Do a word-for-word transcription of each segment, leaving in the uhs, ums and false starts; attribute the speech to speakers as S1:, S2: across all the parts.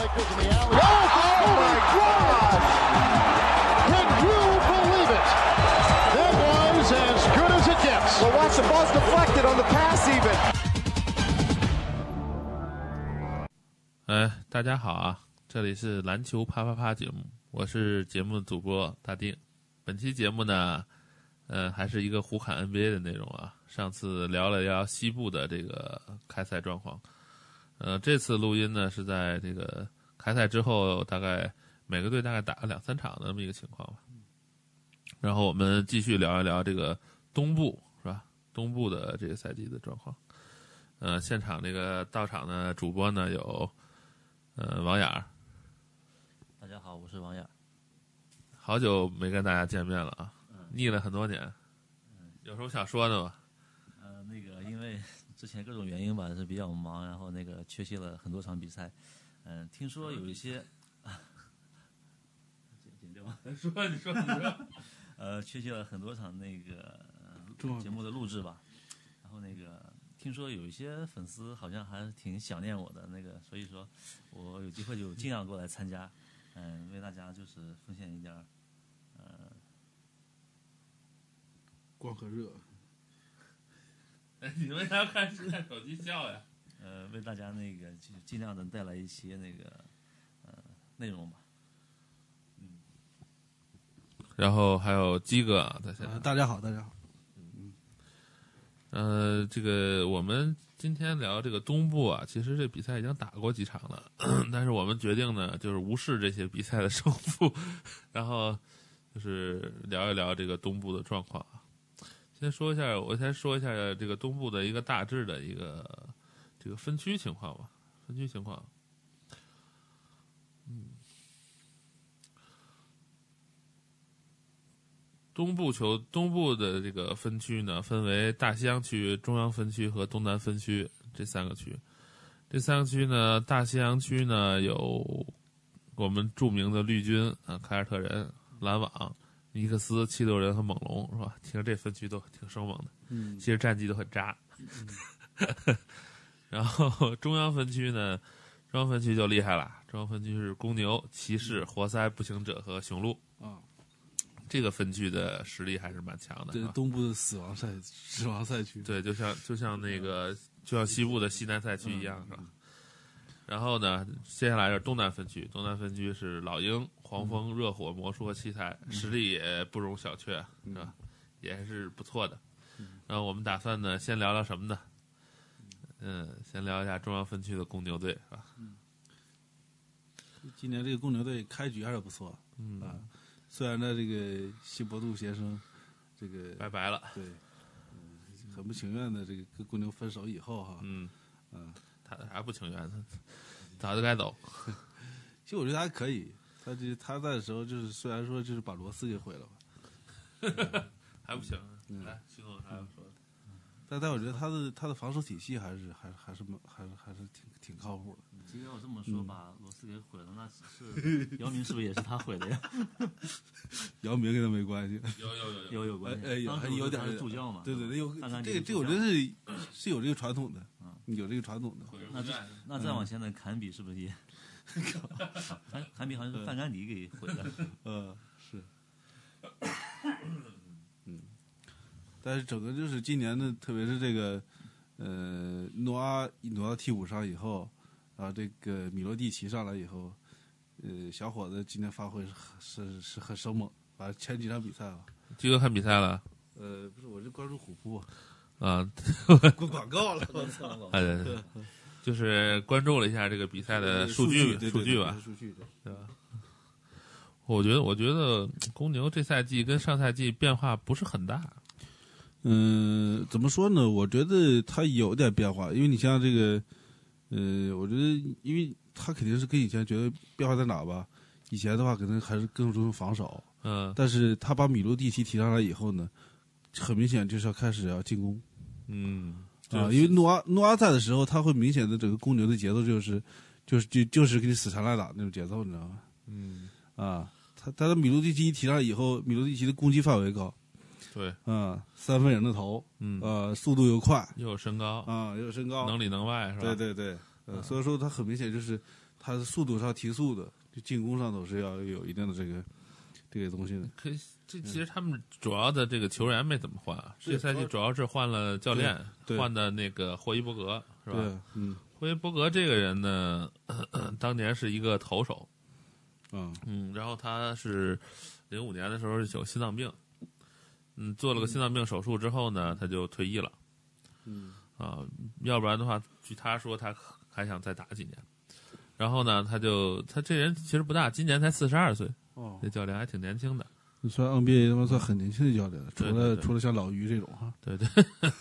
S1: Lakers in the alley. Oh, oh my God! Can you believe it? That was as good as it gets.
S2: Well, watch the ball's deflected on the pass even.
S3: 哎，大家好啊！这里是篮球啪啪啪节目，我是节目主播大丁。本期节目呢，呃，还是一个胡侃 N B A 的内容啊。上次聊了聊西部的这个开赛状况，呃，这次录音呢是在这个开赛之后，大概每个队大概打了两三场的这么一个情况吧。然后我们继续聊一聊这个东部，是吧？东部的这个赛季的状况。呃，现场这个到场的主播呢有。呃，王雅，
S4: 大家好，我是王雅。
S3: 好久没跟大家见面了啊，嗯、腻了很多年。嗯、有什么想说的吗？
S4: 呃，那个因为之前各种原因吧，是比较忙，然后那个缺席了很多场比赛。嗯、呃，听说有一些，剪剪掉吗？
S3: 说你说你说。
S4: 呃，缺席了很多场那个、呃、节目的录制吧，然后那个。听说有一些粉丝好像还挺想念我的那个，所以说我有机会就尽量过来参加，嗯，为大家就是奉献一点，呃，
S5: 光和热。
S3: 哎，你为啥要看看手机笑呀？
S4: 呃，为大家那个就尽量的带来一些那个呃内容吧。
S3: 嗯。然后还有鸡哥啊，在现场、
S5: 呃。大家好，大家好。
S3: 呃，这个我们今天聊这个东部啊，其实这比赛已经打过几场了，但是我们决定呢，就是无视这些比赛的胜负，然后就是聊一聊这个东部的状况啊。先说一下，我先说一下这个东部的一个大致的一个这个分区情况吧，分区情况。嗯。东部球东部的这个分区呢，分为大西洋区、中央分区和东南分区这三个区。这三个区呢，大西洋区呢有我们著名的绿军啊、凯尔特人、篮网、尼克斯、七六人和猛龙，是吧？听着这分区都挺生猛的，
S5: 嗯，
S3: 其实战绩都很渣。嗯、然后中央分区呢，中央分区就厉害了，中央分区是公牛、骑士、活塞、步行者和雄鹿啊。这个分区的实力还是蛮强的。
S5: 对，东部的死亡赛死亡赛区。
S3: 对，就像就像那个就像西部的西南赛区一样，嗯、是吧？然后呢，接下来是东南分区，东南分区是老鹰、黄蜂、热火、魔术和奇才，
S5: 嗯、
S3: 实力也不容小觑，是吧？也还是不错的。然后我们打算呢，先聊聊什么呢？嗯，先聊一下中央分区的公牛队，是吧？
S5: 嗯。今年这个公牛队开局还是不错，
S3: 嗯
S5: 啊。虽然呢，这个西伯杜先生，这个
S3: 拜拜了，
S5: 对，嗯，很不情愿的这个跟公牛分手以后哈，
S3: 嗯
S5: 嗯，
S3: 他还不情愿呢，早就该走。
S5: 其实我觉得还可以，他这他在的时候就是虽然说就是把罗斯给毁了吧，
S3: 嗯、还不行。
S5: 嗯、
S3: 来，徐总还要说，
S5: 嗯、但但我觉得他的他的防守体系还是还是还是还是还是挺挺靠谱的。
S4: 其实要这么说，把罗斯给毁了，那是姚明是不是也是他毁的呀？
S5: 姚明跟他没关系，
S3: 有有有
S4: 有有关系，
S5: 哎，有还有点
S4: 是助教嘛？
S5: 对对对，有
S4: 看看
S5: 这个这个我觉得是是有这个传统的，嗯，有这个传统的。
S4: 那这那再往前的坎比是不是也？坎坎比好像是范甘迪给毁的。
S5: 嗯，是。嗯，但是整个就是今年的，特别是这个。呃，诺阿挪到替补上以后，然后这个米罗蒂奇上来以后，呃，小伙子今天发挥是是是很生猛。反正前几场比赛啊，
S3: 基哥看比赛了？
S5: 呃，不是，我是关注虎扑
S3: 啊，
S5: 过广告了，我操！
S3: 哎对对，就是关注了一下这个比赛的数据
S5: 数
S3: 据吧，
S5: 数据
S3: 对吧？我觉得我觉得公牛这赛季跟上赛季变化不是很大。
S5: 嗯，怎么说呢？我觉得他有点变化，因为你像这个，呃，我觉得，因为他肯定是跟以前觉得变化在哪吧？以前的话可能还是更注重防守，
S3: 嗯，
S5: 但是他把米罗蒂奇提上来以后呢，很明显就是要开始要进攻，
S3: 嗯
S5: 啊，因为诺阿诺阿在的时候，他会明显的整个公牛的节奏就是就是就就是给你死缠烂打那种节奏，你知道吗？
S3: 嗯，
S5: 啊，他他的米罗蒂奇一提上来以后，米罗蒂奇的攻击范围高。
S3: 对，
S5: 嗯，三分人的头，
S3: 嗯，
S5: 呃，速度又快，
S3: 又有身高
S5: 啊，又有身高，
S3: 能里能外，是吧？
S5: 对对对， 呃，所以说他很明显就是他的速度上提速的，就进攻上都是要有一定的这个这个东西的。
S3: 可以，这其实他们主要的这个球员没怎么换啊，这个赛季主要是换了教练，换的那个霍伊伯格是吧？
S5: 对，嗯，
S3: 霍伊伯格这个人呢，咳咳当年是一个投手，
S5: 嗯
S3: 嗯，然后他是零五年的时候有心脏病，嗯，做了个心脏病手术之后呢，他就退役了，
S5: 嗯
S3: 啊，要不然的话，据他说他还想再打几年，然后呢，他就他这人其实不大，今年才四十二岁，
S5: 哦，
S3: 这教练还挺年轻的。
S5: 你算 N B A 他妈算很年轻的教练了，除了
S3: 对对对
S5: 除了像老于这种哈，
S3: 对对，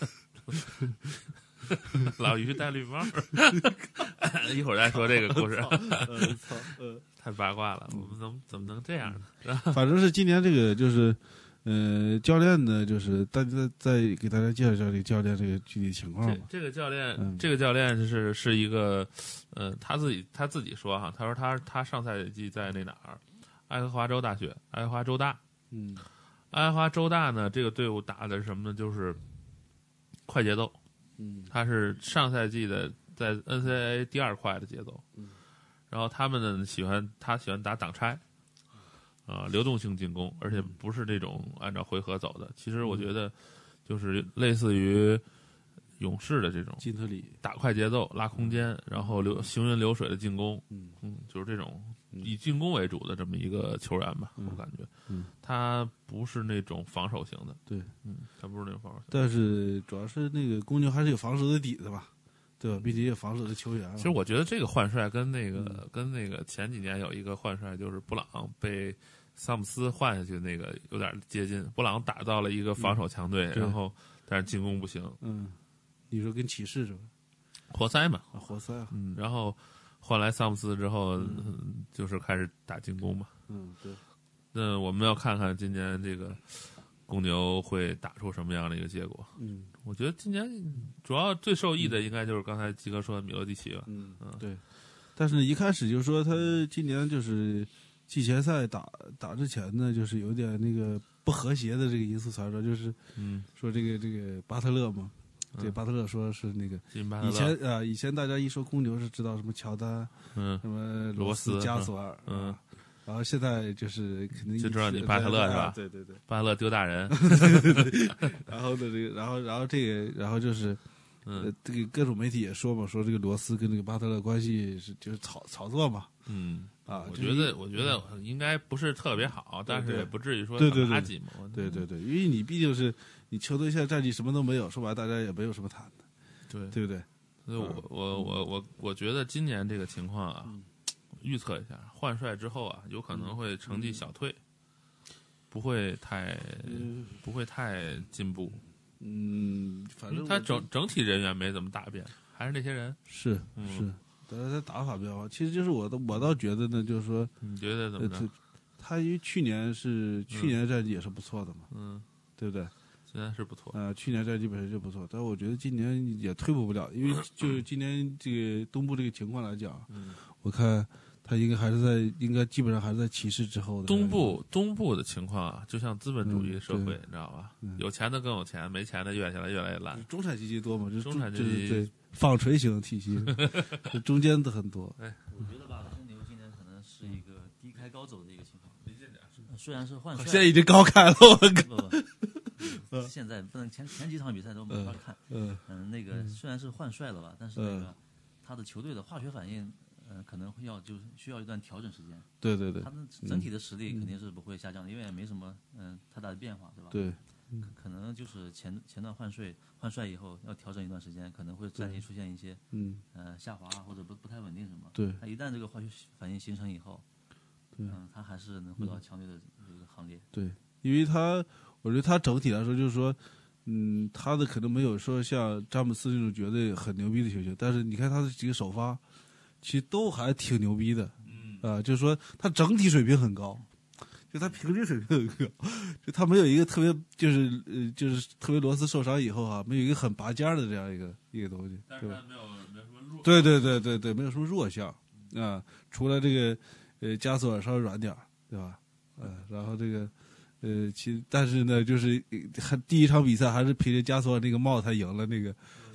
S3: 老于戴绿帽，一会儿再说这个故事。
S5: 呃操，呃，
S3: 太八卦了，我们怎么怎么能这样呢？
S5: 反正是今年这个就是，呃，教练呢，就是大家再给大家介绍一下这个教练这个具体情况
S3: 这
S5: 吧。
S3: 这个教练，
S5: 嗯
S3: 这个教练是是一个，呃，他自己他自己说哈，他说他他上赛季在那哪儿，爱荷华州大学，爱荷华州大，
S5: 嗯
S3: 爱荷华州大呢，这个队伍打的是什么呢？就是快节奏，
S5: 嗯
S3: 他是上赛季的在 N C A A 第二快的节奏，
S5: 嗯
S3: 然后他们呢喜欢他喜欢打挡拆，啊、流动性进攻，而且不是这种按照回合走的。其实我觉得就是类似于勇士的这种
S5: 金特里，
S3: 打快节奏、拉空间，然后流行云流水的进攻，
S5: 嗯
S3: 嗯，就是这种以进攻为主的这么一个球员吧，
S5: 嗯
S3: 我感觉，
S5: 嗯，
S3: 他不是那种防守型的，
S5: 对，
S3: 嗯，他不是那种防守型的。
S5: 但是主要是那个公牛还是有防守的底子吧，对吧？并且也有防守的球员啊。
S3: 其实我觉得这个换帅跟那个、嗯、跟那个前几年有一个换帅，就是布朗被萨姆斯换下去那个有点接近。布朗打到了一个防守强队，
S5: 嗯、
S3: 然后但是进攻不行。
S5: 嗯，你说跟骑士是吧？
S3: 活塞嘛，
S5: 啊，活塞啊。
S3: 嗯，然后换来萨姆斯之后、嗯，就是开始打进攻嘛。
S5: 嗯，对。
S3: 那我们要看看今年这个公牛会打出什么样的一个结果。
S5: 嗯，
S3: 我觉得今年主要最受益的应该就是刚才基哥说的米罗蒂奇吧。
S5: 嗯
S3: 嗯，
S5: 对。但是一开始就说他今年就是季前赛打打之前呢，就是有点那个不和谐的这个因素产生，就是
S3: 嗯，
S5: 说这个这个巴特勒嘛。对，巴特勒说是那个以前啊、呃，以前大家一说公牛是知道什么乔丹，
S3: 嗯，
S5: 什么
S3: 罗斯、
S5: 加索尔，
S3: 嗯，
S5: 啊、然后现在就是肯定
S3: 就知道你巴特勒是吧？
S5: 对对对，
S3: 巴特勒丢大人。
S5: 然后呢，这个，然后然后这个，然后就是，
S3: 嗯，
S5: 呃，这个各种媒体也说嘛，说这个罗斯跟这个巴特勒关系是就是炒炒作嘛，
S3: 嗯。
S5: 啊，
S3: 我觉得，我觉得应该不是特别好，
S5: 嗯、
S3: 但是也不至于说
S5: 对对
S3: 垃圾嘛。
S5: 对对对，因为你毕竟是你球队现在战绩什么都没有，说白了大家也没有什么谈的，
S3: 对
S5: 对不对？
S3: 所以我、嗯、我我我我觉得今年这个情况啊，
S5: 嗯、
S3: 预测一下，换帅之后啊，有可能会成绩小退，
S5: 嗯、
S3: 不会太、嗯、不会太进步。
S5: 嗯，反正
S3: 他整整体人员没怎么大变，还是那些人。
S5: 是、
S3: 嗯、
S5: 是。但是他打法变化，其实就是我的，我倒觉得呢，就是说，
S3: 你觉得怎么着？
S5: 呃、他因为去年是去年的战绩也是不错的嘛，
S3: 嗯，
S5: 对不对？
S3: 现在是不错
S5: 啊、呃，去年战绩本身就不错，但是我觉得今年也退步不了，因为就是今年这个东部这个情况来讲，
S3: 嗯，
S5: 我看他应该还是在，应该基本上还是在骑士之后的。
S3: 东部东部的情况啊，就像资本主义社会，
S5: 嗯、
S3: 你知道吧？
S5: 嗯、
S3: 有钱的更有钱，没钱的越下来越来越烂。
S5: 中产阶级多嘛，就是
S3: 中产阶级。
S5: 就是对纺锤型体系，中间的很多。
S4: 哎，我觉得吧，公牛今年可能是一个低开高走的一个情况。
S3: 离近点，
S4: 虽然是换帅，
S5: 现在已经高开了，我
S4: 靠！不不，现在不能前前几场比赛都没法看。
S5: 嗯
S4: 嗯，那个虽然是换帅了吧，但是那个他的球队的化学反应，嗯，可能会要就需要一段调整时间。
S5: 对对对，
S4: 他的整体的实力肯定是不会下降的，因为也没什么嗯太大的变化，对吧？
S5: 对。
S4: 可能就是前前段换帅换帅以后要调整一段时间，可能会战绩出现一些
S5: 嗯
S4: 呃下滑或者不不太稳定什么。
S5: 对，
S4: 他一旦这个化学反应形成以后，
S5: 对，
S4: 嗯，他还是能回到强队的这个行列。
S5: 对，因为他我觉得他整体来说就是说，嗯，他的可能没有说像詹姆斯这种绝对很牛逼的球星，但是你看他的几个首发，其实都还挺牛逼的，
S3: 嗯
S5: 啊、呃，就是说他整体水平很高。就他平均水平很高，就他没有一个特别，就是呃，就是特别罗斯受伤以后啊，没有一个很拔尖的这样一个一个东西，
S3: 对吧？没有没有什么弱，
S5: 对对对对对，没有什么弱项啊，除了这个呃加索尔稍微软点，对吧？呃，然后这个呃，其但是呢，就是还第一场比赛还是凭着加索尔那个帽才赢了那个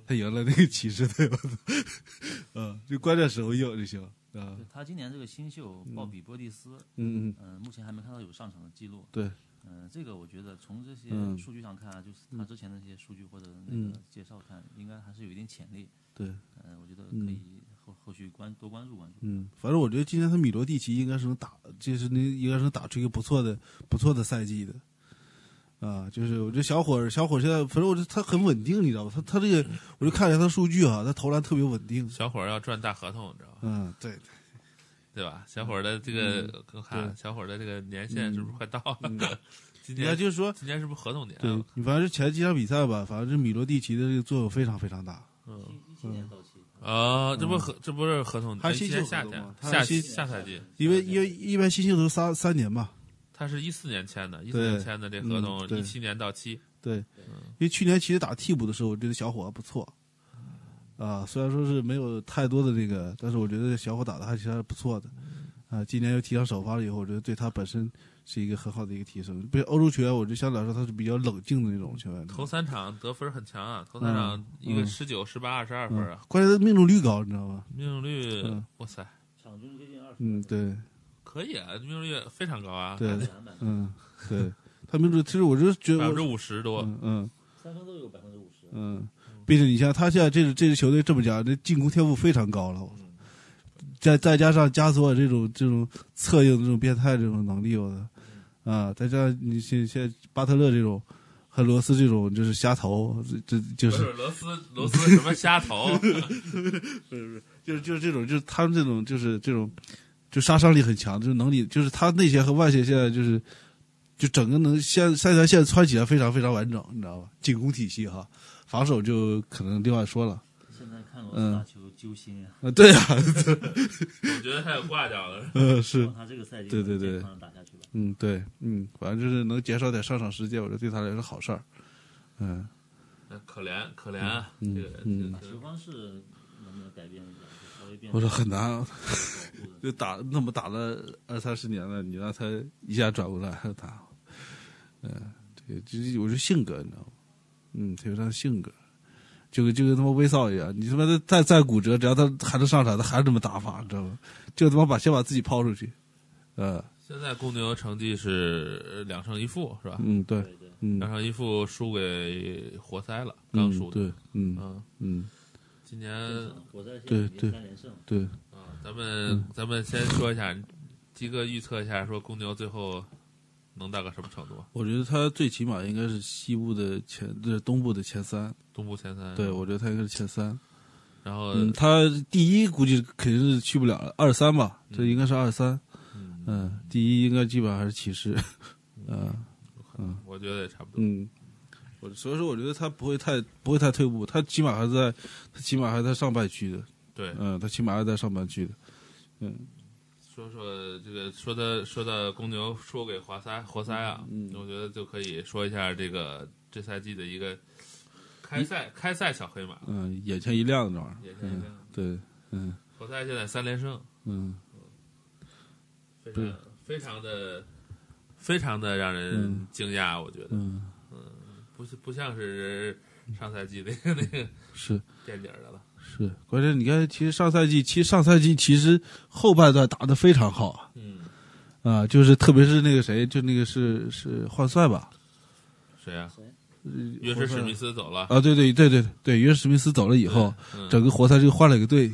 S5: 他赢了那个骑士队，嗯，就关键时候硬就行啊。
S4: 他今年这个新秀鲍比波蒂斯，
S5: 嗯嗯
S4: 嗯、呃，目前还没看到有上场的记录。
S5: 对，
S4: 嗯、呃，这个我觉得从这些数据上看、啊，就是他之前的那些数据或者那个介绍看，应该还是有一定潜力。
S5: 对，
S4: 嗯、呃，我觉得可以后后续关多关注关注。
S5: 嗯，反正我觉得今年他米罗蒂奇应该是能打，就是那应该是能打出一个不错的不错的赛季的。啊，就是我觉得小伙儿，小伙儿现在，反正我觉得他很稳定，你知道吧？他他这个，我就看了他数据啊，他投篮特别稳定。
S3: 小伙儿要赚大合同，你知道吧？
S5: 嗯，对，
S3: 对吧？小伙儿的这个，我看小伙儿的这个年限是不是快到了？
S5: 嗯、
S3: 今年
S5: 就是说，
S3: 今年是不是合同年？
S5: 对，你反正是前几场比赛吧，反正这米罗蒂奇的这个作用非常非常大。
S3: 嗯，
S4: 一七年到期。
S3: 啊，这不合，这不是合同，
S5: 他新秀
S3: 夏天，
S5: 夏
S3: 新下赛季，
S5: 因为因为一般新秀都三三年嘛。
S3: 他是一四年签的，一四年签的这合同，一七年到期。
S5: 对，因为去年其实打替补的时候，我觉得小伙还不错，啊，虽然说是没有太多的那个，但是我觉得小伙打的还其实还是不错的，啊，今年又提上首发了以后，我觉得对他本身是一个很好的一个提升。对欧洲球员，我觉得相对来说他是比较冷静的那种球员。
S3: 头三场得分很强啊，头三场一个十九、十八、二十二分啊，
S5: 关键他命中率高，你知道吗？
S3: 命中率，哇塞，
S4: 场均接近二十。
S5: 嗯，对。
S3: 可以啊，命中率非常高啊。
S5: 对，嗯，对，他命中，其实我就觉得
S3: 百分之五十多，
S5: 嗯，
S4: 三分都有百分之五十，
S5: 嗯，毕竟你像他现在这支这支球队这么讲，这进攻天赋非常高了，再再加上加索尔这种这种策应这种变态这种能力，我的啊，再加上你现现在巴特勒这种和罗斯这种就是瞎投，这就是
S3: 不是罗斯罗斯什么瞎投，
S5: 不是不是，就是就是这种就是他们这种就是这种。就杀伤力很强，就是能力，就是他内线和外线现在就是，就整个能线三条线穿起来非常非常完整，你知道吧？进攻体系哈，防守就可能另外说了。
S4: 现在看罗斯打球揪心啊！
S5: 啊，对啊，
S3: 我觉得他有挂掉了。
S5: 嗯，是。
S4: 他这个赛季
S5: 对对对，
S4: 打下去了。
S5: 嗯，对，嗯，反正就是能减少点上场时间，我觉得对他来说好事儿。嗯。
S3: 可怜可怜啊！
S5: 嗯、
S3: 这个
S5: 嗯，
S4: 球方式能不能改变一下？
S5: 我说很难，就打那么打了二三十年了，你让他一下转过来还打，嗯，这个就是我是性格，你知道吗？嗯，特别他的性格，就跟就跟他妈威少一样，你他妈的再再骨折，只要他还能上场，他还是这么打法，你知道吗？就他妈把先把自己抛出去，呃。
S3: 现在公牛成绩是两胜一负，是吧？
S5: 嗯，对，嗯，
S3: 两胜一负输给活塞了，刚输的，
S5: 对，嗯
S3: 嗯
S5: 嗯。
S3: 今年
S5: 对对对
S3: 啊，咱们、嗯、咱们先说一下，鸡哥预测一下，说公牛最后能到个什么程度？
S5: 我觉得他最起码应该是西部的前，对，东部的前三，
S3: 东部前三。
S5: 对，我觉得他应该是前三。
S3: 然后、
S5: 嗯、他第一估计肯定是去不了了，二三吧，这应该是二三。嗯, 嗯，第一应该基本上还是骑士。嗯嗯，
S3: 我觉得也差不多。
S5: 嗯。我所以说，我觉得他不会太不会太退步，他起码还在，他起码还在上半区的。
S3: 对，
S5: 嗯，他起码还在上半区的。嗯，
S3: 说说这个，说到说到公牛输给活塞，活塞啊，
S5: 嗯，
S3: 我觉得就可以说一下这个这赛季的一个开赛开赛小黑马。
S5: 嗯，眼前一亮的那玩意儿。
S3: 眼前一亮。
S5: 嗯、对，嗯。
S3: 活塞现在三连胜。
S5: 嗯。
S3: 非常非常的非常的让人惊讶，嗯、我觉得。
S5: 嗯。
S3: 不是不像是上赛季那个那个
S5: 是
S3: 垫底的了，
S5: 是关键。你看，其实上赛季，其实上赛季其实后半段打得非常好啊，
S3: 嗯，
S5: 啊，就是特别是那个谁，就那个是是换帅吧？
S3: 谁呀、啊？约什史密斯走了
S5: 啊？对对对对对，约什史密斯走了以后，嗯、整个活塞就换了一个队，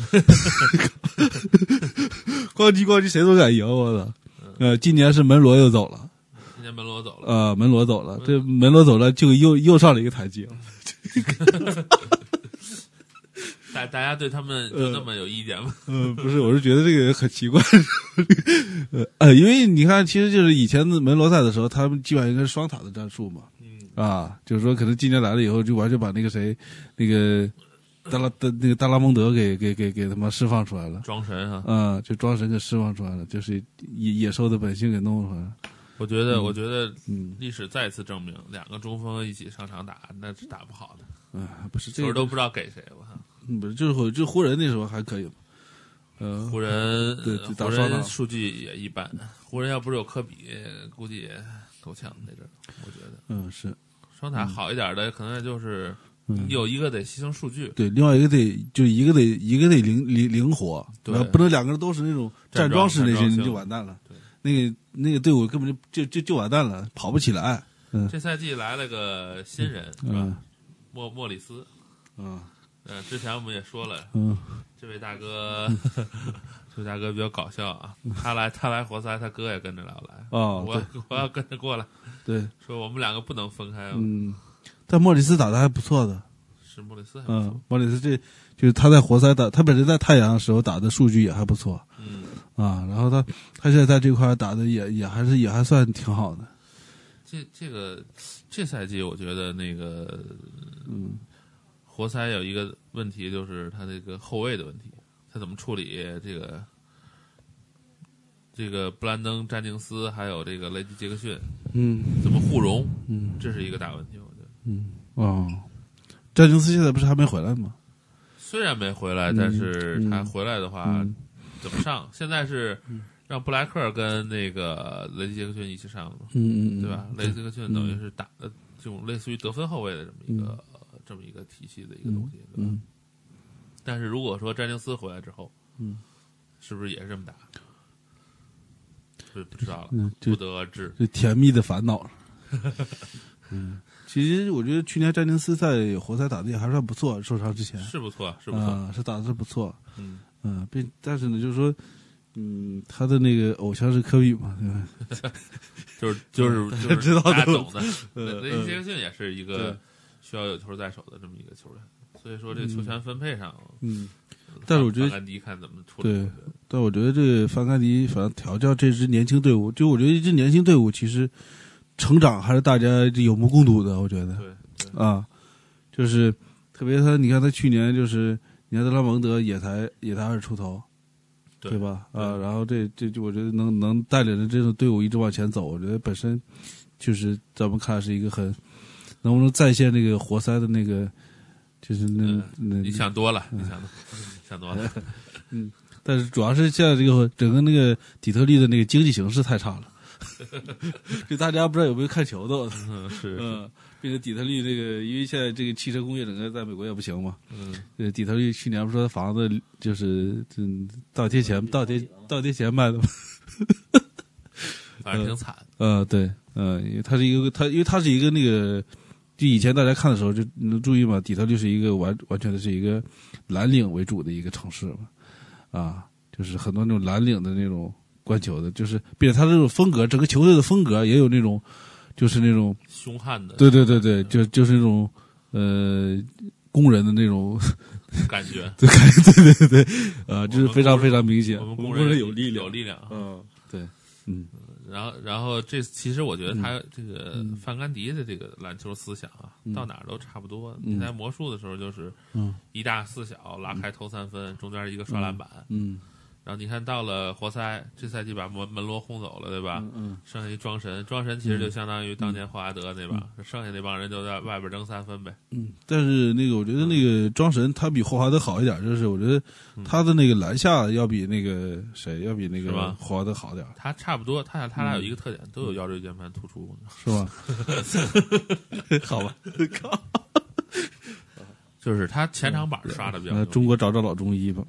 S5: 咣叽咣叽谁都敢赢，我操！呃，今年是门罗又走了。
S3: 今年门罗走了，
S5: 呃，门罗走了，这门罗走了就又又上了一个台阶。
S3: 大大家对他们就那么有意见吗？
S5: 嗯、呃，不是，我是觉得这个很奇怪。呃，因为你看，其实就是以前的门罗在的时候，他们基本上应该是双塔的战术嘛。
S3: 嗯，
S5: 啊，就是说可能今年来了以后，就完全把那个谁，那个达拉的那个达拉蒙德给给给给他妈释放出来了，
S3: 装神哈。
S5: 啊、嗯，就装神给释放出来了，就是野野兽的本性给弄出来了。
S3: 我觉得，
S5: 嗯、
S3: 我觉得，嗯，历史再次证明，两个中锋一起上场打，那是打不好的。
S5: 嗯，不是，
S3: 球都不知道给谁，我靠。
S5: 嗯，不是，就是就湖人那时候还可以，呃，
S3: 湖人
S5: 对，
S3: 湖人数据也一般。湖人要不是有科比，估计也够呛那阵儿，我觉得。
S5: 嗯，是
S3: 双塔好一点的，可能也就是
S5: 嗯，
S3: 有一个得牺牲数据，
S5: 对，另外一个得就一个得一个得灵灵灵活，
S3: 对，
S5: 不能两个人都是那种站桩式那些人就完蛋了。
S3: 对，
S5: 那个那个队伍根本就就就就完蛋了，跑不起来。嗯，
S3: 这赛季来了个新人，
S5: 嗯、
S3: 是吧？莫莫里斯，
S5: 嗯。
S3: 嗯，之前我们也说了，
S5: 嗯，
S3: 这位大哥，这位大哥比较搞笑啊。他来，他来活塞，他哥也跟着要来。
S5: 哦，
S3: 我我要跟着过来。
S5: 对，
S3: 说我们两个不能分开。
S5: 嗯，但莫里斯打的还不错的。
S3: 是莫里斯还不错。
S5: 嗯，莫里斯这就是他在活塞打，他本身在太阳的时候打的数据也还不错。
S3: 嗯，
S5: 啊，然后他他现在在这块打的也也还是也还算挺好的。
S3: 这这个这赛季我觉得那个
S5: 嗯。
S3: 活塞有一个问题，就是他这个后卫的问题，他怎么处理这个这个布兰登·詹宁斯还有这个雷吉·杰克逊，
S5: 嗯，
S3: 怎么互容？
S5: 嗯，
S3: 这是一个大问题，我觉得。
S5: 嗯，哦，詹宁斯现在不是还没回来吗？
S3: 虽然没回来，但是他回来的话，
S5: 嗯、
S3: 怎么上？现在是让布莱克跟那个雷吉·杰克逊一起上的嘛？
S5: 嗯嗯，
S3: 对吧？雷吉·杰克逊等于是打的这种类似于得分后卫的这么一个。
S5: 嗯
S3: 这么一个体系的一个东西，
S5: 嗯，嗯
S3: 但是如果说詹宁斯回来之后，
S5: 嗯，
S3: 是不是也是这么打？不不知道了，
S5: 嗯，
S3: 不得而知。
S5: 这甜蜜的烦恼。嗯，其实我觉得去年詹宁斯在活塞打的也还算不错，受伤之前
S3: 是不错，是不错，
S5: 啊、是打的是不错。
S3: 嗯
S5: 嗯，并但是呢，就是说，嗯，他的那个偶像是科比嘛，对吧？
S3: 就是就是就是
S5: 知道
S3: 大家懂的。
S5: 嗯
S3: 雷吉·杰克逊也是一个。需要有球在手的这么一个球员，所以说这个球权分配上，
S5: 嗯，但是我觉得
S3: 范甘迪看怎么处理。
S5: 对，但我觉得这个范甘迪反正调教这支年轻队伍，就我觉得一支年轻队伍其实成长还是大家有目共睹的。我觉得，
S3: 对，对
S5: 啊，就是特别他，你看他去年就是你看德拉蒙德也才也才二十出头，
S3: 对,
S5: 对吧？
S3: 对
S5: 啊，然后这这就我觉得能能带领着这种队伍一直往前走，我觉得本身就是在我们看是一个很。能不能再现那个活塞的那个，就是那、
S3: 嗯、
S5: 那
S3: 你想多了，嗯、你想多，想多了。
S5: 嗯，但是主要是现在这个整个那个底特律的那个经济形势太差了，就大家不知道有没有看球的。
S3: 嗯，是，
S5: 嗯，并且底特律这个，因为现在这个汽车工业整个在美国也不行嘛。
S3: 嗯，
S5: 呃，底特律去年不是说房子就是嗯倒贴钱倒贴倒贴钱卖的吗？
S3: 反正挺惨。
S5: 呃，呃对，嗯、呃，因为它是一个它因为它是一个那个。就以前大家看的时候就能注意嘛，底特律是一个完完全的是一个蓝领为主的一个城市嘛，啊，就是很多那种蓝领的那种灌球的，就是并且他这种风格，整个球队的风格也有那种，就是那种
S3: 凶悍的，
S5: 对对对对，就就是那种呃工人的那种
S3: 感觉，
S5: 对对对对对，呃，就是非常非常明显，
S3: 我们
S5: 工
S3: 人
S5: 有力量，
S3: 有力量，
S5: 嗯，对，嗯。
S3: 然后，然后这其实我觉得他这个范甘迪的这个篮球思想啊，
S5: 嗯、
S3: 到哪儿都差不多。
S5: 嗯、
S3: 你在魔术的时候就是一大四小，拉开投三分，中间一个刷篮板。
S5: 嗯，
S3: 然后你看到了活塞，这赛季把门门罗轰走了，对吧？
S5: 嗯嗯，
S3: 剩下一庄神，庄神其实就相当于当年霍华德那帮，
S5: 嗯、
S3: 剩下那帮人就在外边扔三分呗。
S5: 嗯，但是那个我觉得那个庄神他比霍华德好一点，就是我觉得他的那个篮下要比那个谁要比那个霍华德好点。
S3: 他差不多，他俩他俩有一个特点，嗯、都有腰椎间盘突出，
S5: 是吧？好吧，靠。
S3: 就是他前场板刷的比较、
S5: 呃，中国找找老中医吧，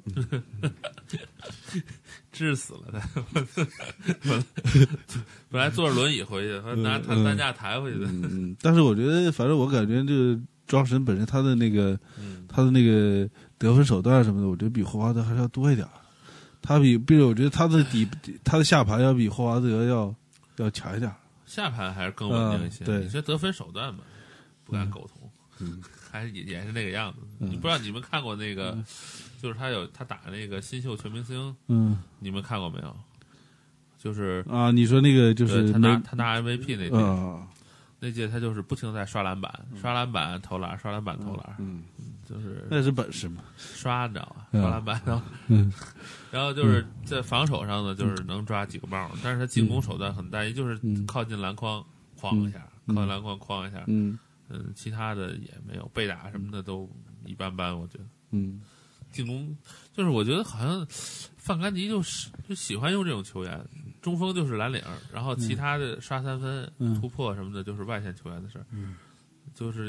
S3: 治死了他。本来坐着轮椅回去，拿他担架抬回去的。
S5: 嗯，但是我觉得，反正我感觉，这个庄神本身他的那个，
S3: 嗯、
S5: 他的那个得分手段什么的，我觉得比霍华德还是要多一点。他比，并且我觉得他的底，他的下盘要比霍华德要要强一点。
S3: 下盘还是更稳定一些。
S5: 呃、对，
S3: 你说得分手段嘛，不敢苟同。
S5: 嗯。
S3: 还是也也是那个样子，
S5: 嗯、
S3: 你不知道你们看过那个，嗯、就是他有他打那个新秀全明星，
S5: 嗯，
S3: 你们看过没有？就是
S5: 啊，你说那个就是
S3: 他拿他拿 M V P 那届，
S5: 嗯、
S3: 那届他就是不停在刷篮板，
S5: 嗯、
S3: 刷篮板投篮，刷篮板投篮，
S5: 嗯，
S3: 就是
S5: 那是本事嘛，
S3: 刷你知道吧？刷篮板，然后，
S5: 嗯，
S3: 然后就是在防守上呢，就是能抓几个帽，但是他进攻手段很单一，就是靠近篮筐哐一下，靠近篮筐哐一下，
S5: 嗯。
S3: 嗯，其他的也没有，被打什么的都一般般，我觉得。
S5: 嗯，
S3: 进攻就是我觉得好像范甘迪就是就喜欢用这种球员，中锋就是蓝领，然后其他的刷三分、
S5: 嗯、
S3: 突破什么的就是外线球员的事儿。
S5: 嗯，
S3: 就是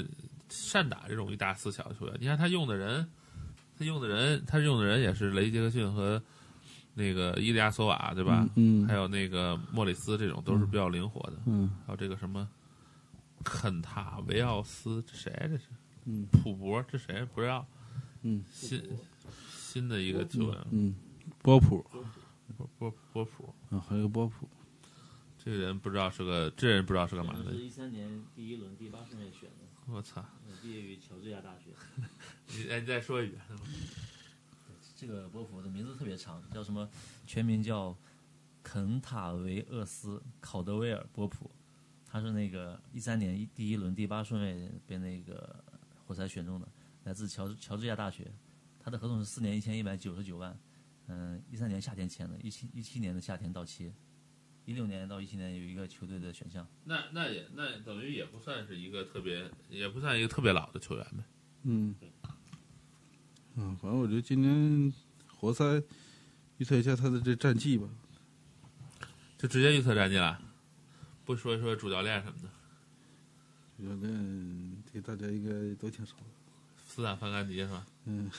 S3: 善打这种一大四小的球员。你看他用的人，他用的人，他用的人也是雷吉杰克逊和那个伊利亚索瓦，对吧？
S5: 嗯，
S3: 还有那个莫里斯，这种都是比较灵活的。
S5: 嗯，
S3: 还有这个什么肯塔维奥斯，这谁这是？
S5: 嗯，
S3: 普博，这谁不知道？
S5: 嗯，
S3: 新新的一个球员，
S5: 嗯，波普，
S3: 波波波普
S5: 啊，还有个波普。
S3: 这个人不知道是个，这人不知道是干嘛的。
S4: 是一三年第一轮第八顺位选的。
S3: 我操！
S4: 毕业于乔治亚大学。
S3: 你哎，你再说一遍。
S4: 这个波普的名字特别长，叫什么？全名叫肯塔维厄斯·考德威尔·波普。他是那个一三年第一轮第八顺位被那个活塞选中的，来自乔乔治亚大学。他的合同是四年一千一百九十九万，嗯，一三年夏天签的，一七一七年的夏天到期。一六年到一七年有一个球队的选项，
S3: 那那也那等于也不算是一个特别，也不算一个特别老的球员呗。
S5: 嗯，嗯，反正我觉得今年活塞预测一下他的这战绩吧，
S3: 就直接预测战绩了，不说一说主教练什么的。
S5: 主教练这大家应该都挺熟的，
S3: 斯坦范甘迪是吧？
S5: 嗯，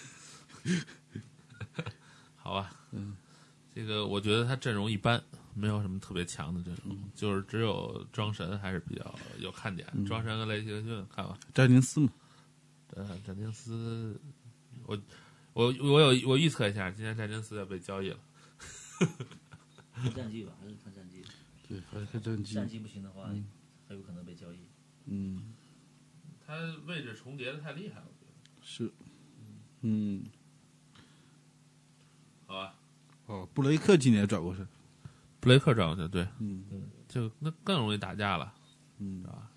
S3: 好吧，
S5: 嗯，
S3: 这个我觉得他阵容一般。没有什么特别强的阵容，嗯、就是只有庄神还是比较有看点。嗯、庄神跟雷吉克逊，看吧。
S5: 詹宁斯嘛，
S3: 呃，詹宁斯，我我我有我预测一下，今天詹宁斯要被交易了。
S4: 看战绩吧，还是看战绩。
S5: 对，还是看战绩。
S4: 战绩不行的话，嗯、还有可能被交易。
S5: 嗯，
S3: 他位置重叠的太厉害了，我觉得。
S5: 是。嗯。
S3: 好吧。
S5: 哦，布雷克今年转过身。
S3: 布雷克转过去，对，
S5: 嗯，
S3: 就那更容易打架了，
S5: 嗯，
S3: 是吧？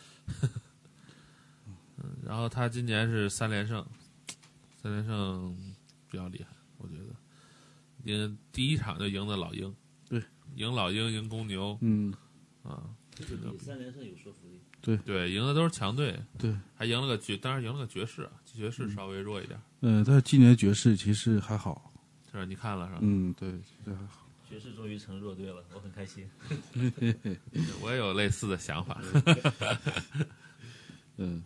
S3: 嗯，然后他今年是三连胜，三连胜比较厉害，我觉得，赢第一场就赢的老鹰，
S5: 对，
S3: 赢老鹰，赢公牛，
S5: 嗯，
S3: 啊，
S4: 这比三连胜有说服力，
S5: 对
S3: 对，赢的都是强队，
S5: 对，
S3: 还赢了个爵，当然赢了个爵士啊，爵士稍微弱一点，
S5: 嗯，但是今年爵士其实还好，
S3: 是吧？你看了是吧？
S5: 嗯，对，这还好。
S4: 爵士终于成弱队了，我很开心。
S3: 我也有类似的想法。
S5: 嗯，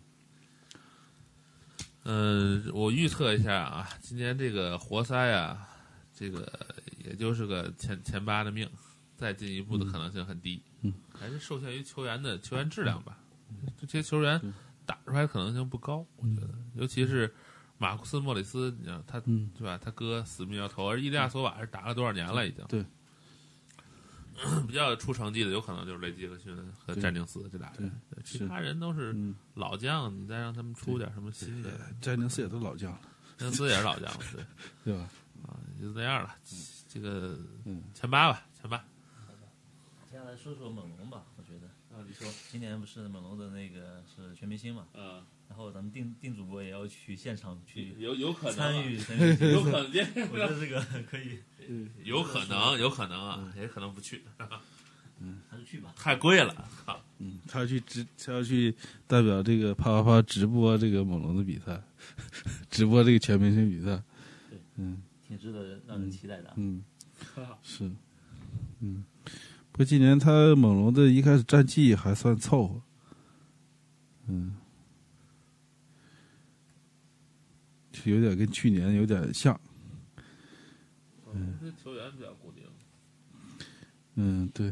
S3: 嗯，我预测一下啊，今年这个活塞啊，这个也就是个前前八的命，再进一步的可能性很低。
S5: 嗯，
S3: 还是受限于球员的球员质量吧。这些球员打出来可能性不高，我觉得，尤其是马库斯·莫里斯，你知道他，
S5: 嗯，
S3: 对吧？他哥死命要投，而伊利亚索瓦是打了多少年了已经。
S5: 对。
S3: 比较出成绩的，有可能就是雷吉克逊和詹宁斯这俩人，其他人都是老将，你再让他们出点什么新的。
S5: 詹宁斯也都老将了，
S3: 詹宁斯也是老将了，对
S5: 对吧？
S3: 啊，就那样了。这个前八吧，前八。
S4: 接下来说说猛龙吧，我觉得。
S3: 啊，你说，
S4: 今年不是猛龙的那个是全明星嘛？
S3: 嗯。
S4: 然后咱们定定主播也要去现场去，
S3: 有有可能
S4: 参与，
S3: 有可能，
S4: 我觉得这个可以。
S3: 有可能，有可能啊，也可能不去。
S4: 嗯，还是去吧，
S3: 太贵了。
S5: 嗯，他要去直，他要去代表这个啪啪啪直播这个猛龙的比赛，直播这个全明星比赛。
S4: 对，
S5: 嗯，
S4: 挺值得让人期待的。
S5: 嗯，是，嗯，不过今年他猛龙的一开始战绩还算凑合。嗯，就有点跟去年有点像。
S3: 嗯，这球员比较固定。
S5: 嗯，对。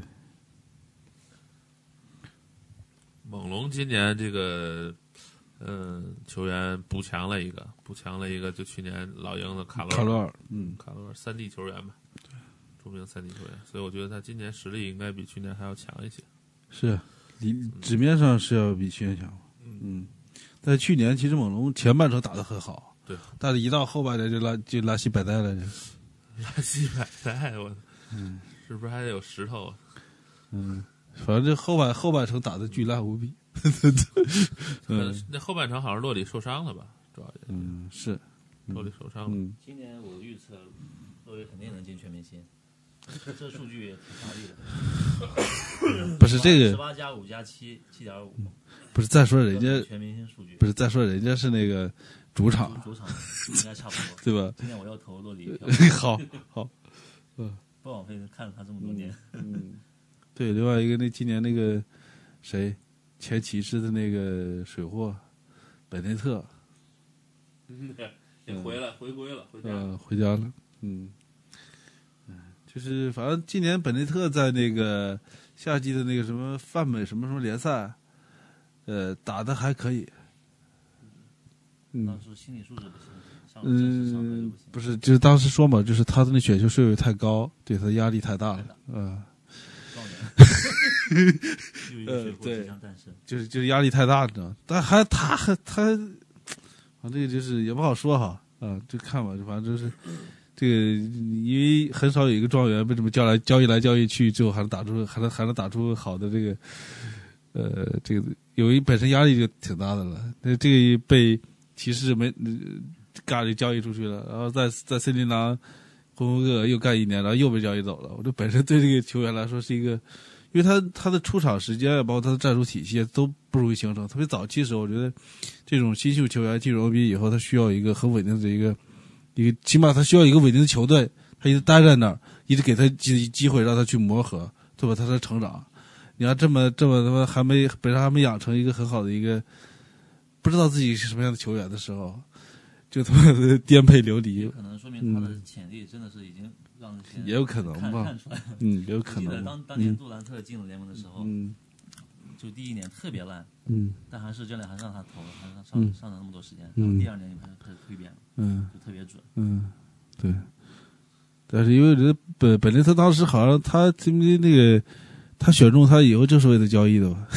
S3: 猛龙今年这个，嗯，球员补强了一个，补强了一个，就去年老鹰的卡罗尔。
S5: 卡罗尔，嗯，
S3: 卡罗尔三 D 球员吧，
S5: 对，
S3: 著名三 D 球员，所以我觉得他今年实力应该比去年还要强一些。
S5: 是，理纸面上是要比去年强，嗯，但去年其实猛龙前半程打得很好，
S3: 对，
S5: 但是一到后半年就拉就拉稀摆带了，就。
S3: 拉稀摆带，我，嗯，是不是还得有石头？
S5: 嗯，反正这后半后半程打的巨烂无比。
S3: 嗯，那后半场好像洛里受伤了吧？主要也是，
S5: 嗯，是
S3: 洛里受伤了。
S5: 嗯，
S4: 今年我预测洛里肯定能进全明星，这数据也挺华丽的。
S5: 不是这个
S4: 十八加五加七，七点五。
S5: 不是，再说人家
S4: 全明星数据，
S5: 不是再说人家是那个主场，
S4: 主场应该差不多，
S5: 对吧？
S4: 今天我要投洛里票。
S5: 好，好，
S4: 嗯，不枉费看了他这么多年。
S5: 嗯，对，另外一个那今年那个谁前骑士的那个水货， 本内特，
S3: 嗯，也回来，回归了，回家了，
S5: 呃，回家了，嗯，就是反正今年本内特在那个夏季的那个什么泛美什么什么联赛，呃，打的还可以。嗯，
S4: 当时心理素质不行，上正式上课就
S5: 嗯
S4: 不行。，
S5: 不是，就是当时说嘛，就是他的那选秀税位太高，对他的压力太大了，嗯，
S4: 状元，又一个水货
S5: 对
S4: 即将诞生。
S5: 就是就是压力太大，你知道吗？但还他还他，啊，这个就是也不好说哈，啊，就看吧，反正就是这个，因为很少有一个状元被这么交来交易来交易去，最后还能打出还能还能打出好的这个，呃，这个有一本身压力就挺大的了，那这个被骑士没嘎就交易出去了，然后在在森林狼混混噩噩又干一年，然后又被交易走了。我这本身对这个球员来说是一个，因为他他的出场时间包括他的战术体系都不容易形成。特别早期的时候，我觉得这种新秀球员进入 N B A 以后，他需要一个很稳定的一个一个，起码他需要一个稳定的球队，他一直待在那儿，一直给他机机会让他去磨合，对吧？他才成长。你要这么这么他妈还没本身还没养成一个很好的一个，不知道自己是什么样的球员的时候，就他妈的颠沛流离
S4: 有，可能说明他的潜力真的是已经让这些人
S5: 也有可能
S4: 看
S5: 吧
S4: 看出来了。
S5: 嗯，也有可
S4: 我记得
S5: 能，
S4: 当当年杜兰特进了联盟的时候，
S5: 嗯
S4: 就第一年特别烂，
S5: 嗯
S4: 但还是教练还是让他投，还是让上
S5: 嗯
S4: 上了那么多时间。
S5: 嗯
S4: 然后第二年就开始开始蜕变了，
S5: 嗯
S4: 就特别准。
S5: 嗯，对。但是因为我觉得本本内特当时好像他因为那个他选中他以后就是为了交易的吧？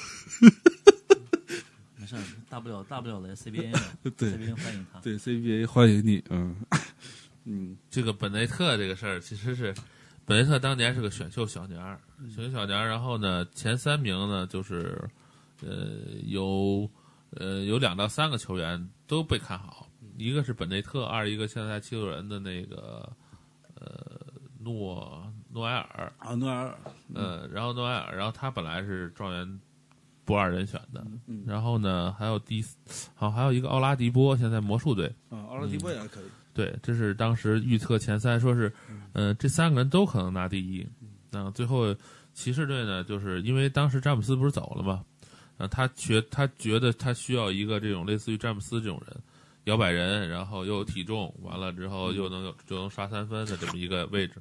S4: 没事儿，大不了大不了来 C B A 嘛
S5: 对
S4: ，C B A 欢迎他。
S5: 对 C B A 欢迎你，嗯嗯
S3: 这个本内特这个事儿，其实是本内特当年是个选秀小娘儿，选秀小娘儿。然后呢，前三名呢就是呃有呃有两到三个球员都被看好，一个是本内特，二一个现在在七六人的那个呃诺诺埃尔，
S5: 啊，诺尔，
S3: 呃，然后诺埃尔，然后他本来是状元不二人选的，
S5: 嗯
S3: 然后呢还有第好还有一个奥拉迪波，现在魔术队。
S5: 啊，奥拉迪波也还可以，
S3: 对，这是当时预测前三，说是，呃，这三个人都可能拿第一。那、最后骑士队呢，就是因为当时詹姆斯不是走了嘛，啊，他觉他觉得他需要一个这种类似于詹姆斯这种人，摇摆人，然后又有体重，完了之后又能有就能刷三分的这么一个位置。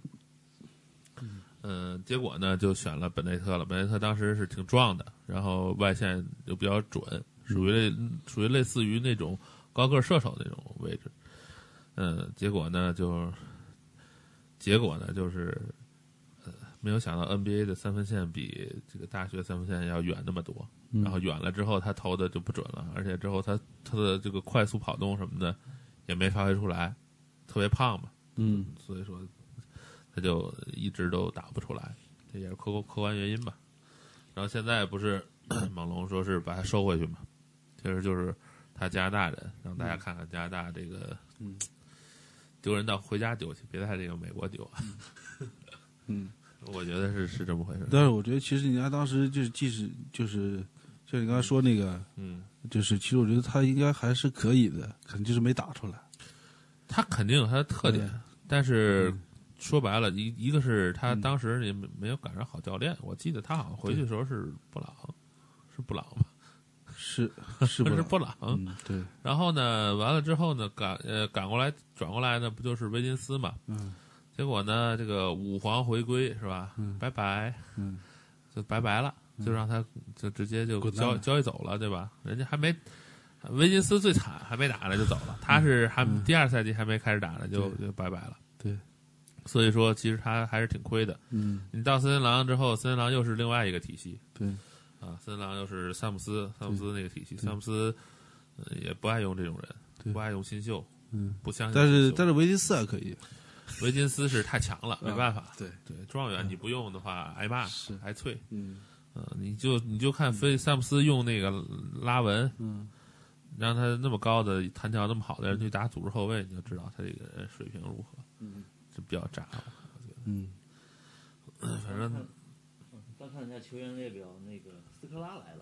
S3: 嗯、结果呢就选了本内特了。本内特当时是挺壮的，然后外线又比较准，属于类属于类似于那种高个射手那种位置。嗯，结果呢就，结果呢就是，呃，没有想到 N B A 的三分线比这个大学三分线要远那么多，
S5: 嗯
S3: 然后远了之后他投的就不准了，而且之后他他的这个快速跑动什么的也没发挥出来，特别胖嘛，
S5: 嗯
S3: 所以说他就一直都打不出来，这也是客客观原因吧。然后现在不是猛龙说是把他收回去嘛，其实就是他加拿大人，让大家看看加拿大这个，
S5: 嗯，
S3: 丢人到回家丢去，别在这个美国丢啊。
S5: 嗯，
S3: 我觉得是是这么回事。
S5: 但是我觉得其实人家当时就是即使就是像你刚才说那个，
S3: 嗯，
S5: 就是其实我觉得他应该还是可以的，可能就是没打出来。
S3: 他肯定有他的特点，但是说白了，一一个是他
S5: 嗯
S3: 当时也没没有赶上好教练，我记得他好像回去的时候是布朗，是布朗吧？
S5: 是是不
S3: 是布朗。
S5: 嗯，对，
S3: 然后呢，完了之后呢，赶呃赶过来转过来呢，不就是威金斯嘛？
S5: 嗯
S3: 结果呢，这个武皇回归是吧？
S5: 嗯
S3: 拜拜，
S5: 嗯，
S3: 就拜拜了，就让他就直接就交
S5: 滚蛋了
S3: 交易走了，对吧？人家还没威金斯最惨，还没打呢就走了，他是还、
S5: 嗯
S3: 第二赛季还没开始打呢就
S5: 对
S3: 就拜拜了。
S5: 对，
S3: 所以说其实他还是挺亏的。
S5: 嗯
S3: 你到森林狼之后，森林狼又是另外一个体系
S5: 对，
S3: 啊，森林狼又是萨姆斯，萨姆斯那个体系，
S5: 对
S3: 萨姆斯、呃、也不爱用这种人，
S5: 对
S3: 不爱用新秀，
S5: 嗯，
S3: 不相信
S5: 但是
S3: 新秀
S5: 但是维金斯还可以，
S3: 维金斯是太强了，没办法。
S5: 对
S3: 对，状元你不用的话挨骂，
S5: 是
S3: 挨啐。
S5: 嗯
S3: 嗯、你就你就看菲萨姆斯用那个拉文，
S5: 嗯
S3: 让他那么高的弹跳那么好的人去打组织后卫，你就知道他这个人水平如何，
S5: 嗯
S3: 是比较渣了。
S5: 嗯
S3: 反正
S4: 刚看人家球员列表，那个斯科拉来了，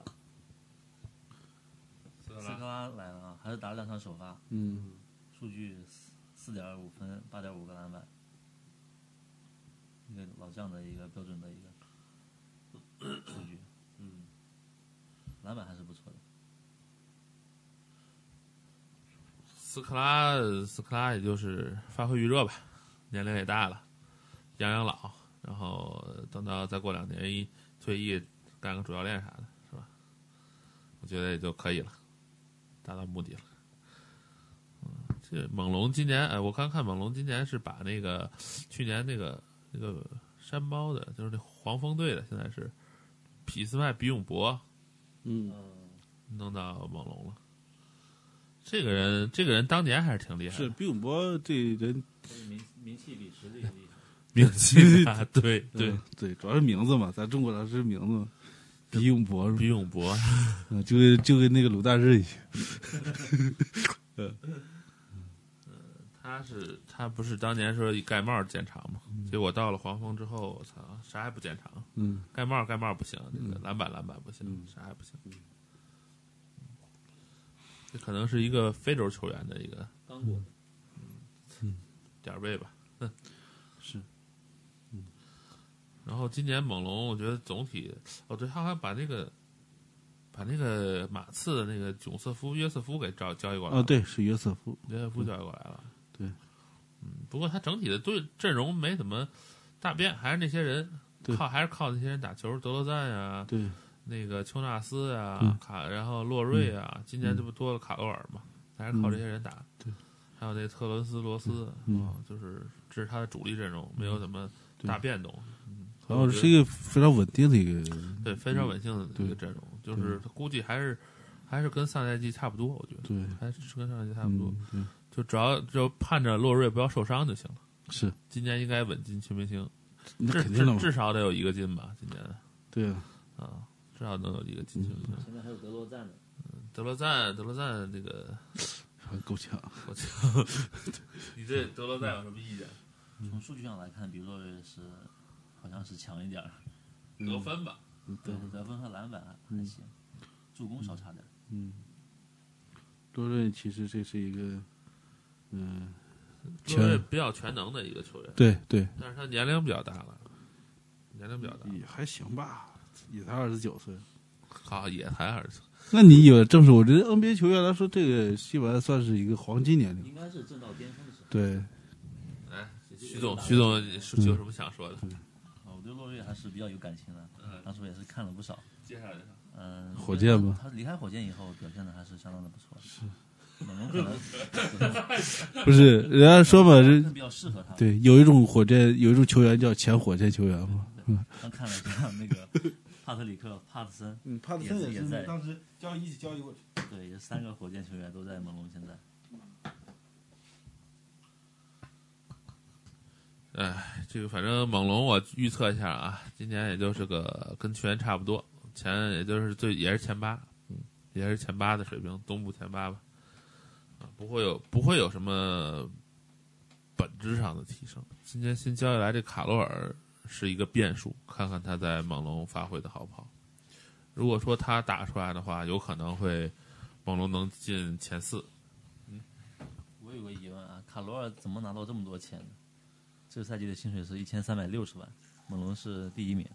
S4: 斯科拉来了啊，还是打了两场首发，
S5: 嗯
S4: 数据四四点五分，八点五个篮板，一个老将的一个标准的一个数据，嗯，篮板还是不错的。
S3: 斯科拉斯科拉也就是发挥余热吧，年龄也大了，养养老，然后等到再过两年一退役干个主教练啥的，是吧？我觉得也就可以了，达到目的了。嗯，这猛龙今年，哎，我刚看猛龙今年是把那个去年那个那个山猫的，就是那黄蜂队的，现在是匹斯麦比永博，
S5: 嗯，
S3: 弄到猛龙了。这个人，这个人当年还是挺厉害的。
S5: 是比永博这人
S4: 名名气比实力厉害。
S3: 名气大，对对、
S5: 嗯、对，主要是名字嘛，咱中国人是名字，比永博，
S3: 比永博，
S5: 嗯，就跟就跟那个鲁大日一样。
S3: 嗯，他是他不是当年说以盖帽见长嘛？
S5: 嗯、
S3: 结果到了黄蜂之后，我操，啥也不见长。
S5: 嗯，
S3: 盖帽盖帽不行，那个
S5: 嗯、
S3: 篮板篮板不行，
S5: 嗯、
S3: 啥也不行。嗯这可能是一个非洲球员的一个
S4: 刚果，
S3: 嗯，点背吧，哼，
S5: 是，
S3: 嗯。然后今年猛龙，我觉得总体，哦对，他好像把那个把那个马刺的那个囧瑟夫约瑟夫给招交易过来了。
S5: 哦，对，是约瑟夫，
S3: 约瑟夫交易过来了。
S5: 对，
S3: 嗯，不过他整体的队阵容没怎么大变，还是那些人靠，还是靠那些人打球，德罗赞呀，
S5: 对。
S3: 那个丘纳斯啊，
S5: 嗯、
S3: 卡，然后洛瑞啊，嗯、今年这不多了卡罗尔嘛，还是靠这些人打。
S5: 嗯、对，
S3: 还有那特伦斯罗斯，
S5: 嗯、
S3: 啊，就是这是他的主力阵容，没有怎么大变动。嗯，
S5: 然后是一个非常稳定的一个，
S3: 对，非常稳定的一个阵容，就是他估计还是还是跟上赛季差不多，我觉得，
S5: 对，
S3: 还是跟上赛季差不多。
S5: 嗯、
S3: 就只要就盼着洛瑞不要受伤就行了。
S5: 是，
S3: 今年应该稳进全明星，
S5: 那肯
S3: 定
S5: 了，
S3: 至少得有一个进吧，今年。
S5: 对啊，
S3: 啊。至少能有一个进球。
S4: 嗯、现在还有德罗赞呢。
S3: 嗯，德罗赞，德罗赞这个
S5: 够呛，
S3: 够呛。你对德罗赞有什么意见？
S4: 从数据上来看，比洛瑞是好像是强一点，
S3: 得分吧。
S5: 嗯、
S4: 对，得分和篮板还行，嗯、助攻少差点。
S5: 嗯，洛瑞其实这是一个，嗯，
S3: 洛瑞比较全能的一个球员。
S5: 对对，
S3: 但是他年龄比较大了，年龄比较大，
S5: 也还行吧。也才二十九岁，
S3: 好，也才二十岁。
S5: 那你以为正是我觉得 N B A 球员来说，这个基本上算是一个黄金年龄，
S4: 应该是正到巅峰的时候。
S5: 对，
S3: 来，徐总，徐总有什么想说的？
S4: 嗯、我对洛瑞还是比较有感情的，嗯、当初也是看了不少。
S3: 介绍介绍。
S4: 嗯，
S5: 火箭吗？
S4: 他离开火箭以后，表现的还是相当的不错。是，猛龙可能
S5: 不是人家说嘛，这
S4: 比较适合他。
S5: 对，有一种火箭，有一种球员叫前火箭球员嘛。
S4: 嗯，刚看了一下那个。帕特里克、帕特森，
S5: 嗯，帕特森
S4: 也是在
S5: 当时交易一起交易过去。
S4: 对，这三个火箭球员都在猛龙现在。
S3: 哎，这个反正猛龙我预测一下啊，今年也就是个跟去年差不多，前也就是最也是前八，嗯，也是前八的水平，东部前八吧，啊，不会有不会有什么本质上的提升。今年新交易来这卡罗尔。是一个变数，看看他在猛龙发挥的好不好。如果说他打出来的话，有可能会猛龙能进前四。
S4: 嗯，我有个疑问啊，卡罗尔怎么拿到这么多钱呢？这个赛季的薪水是一千三百六十万，猛龙是第一名。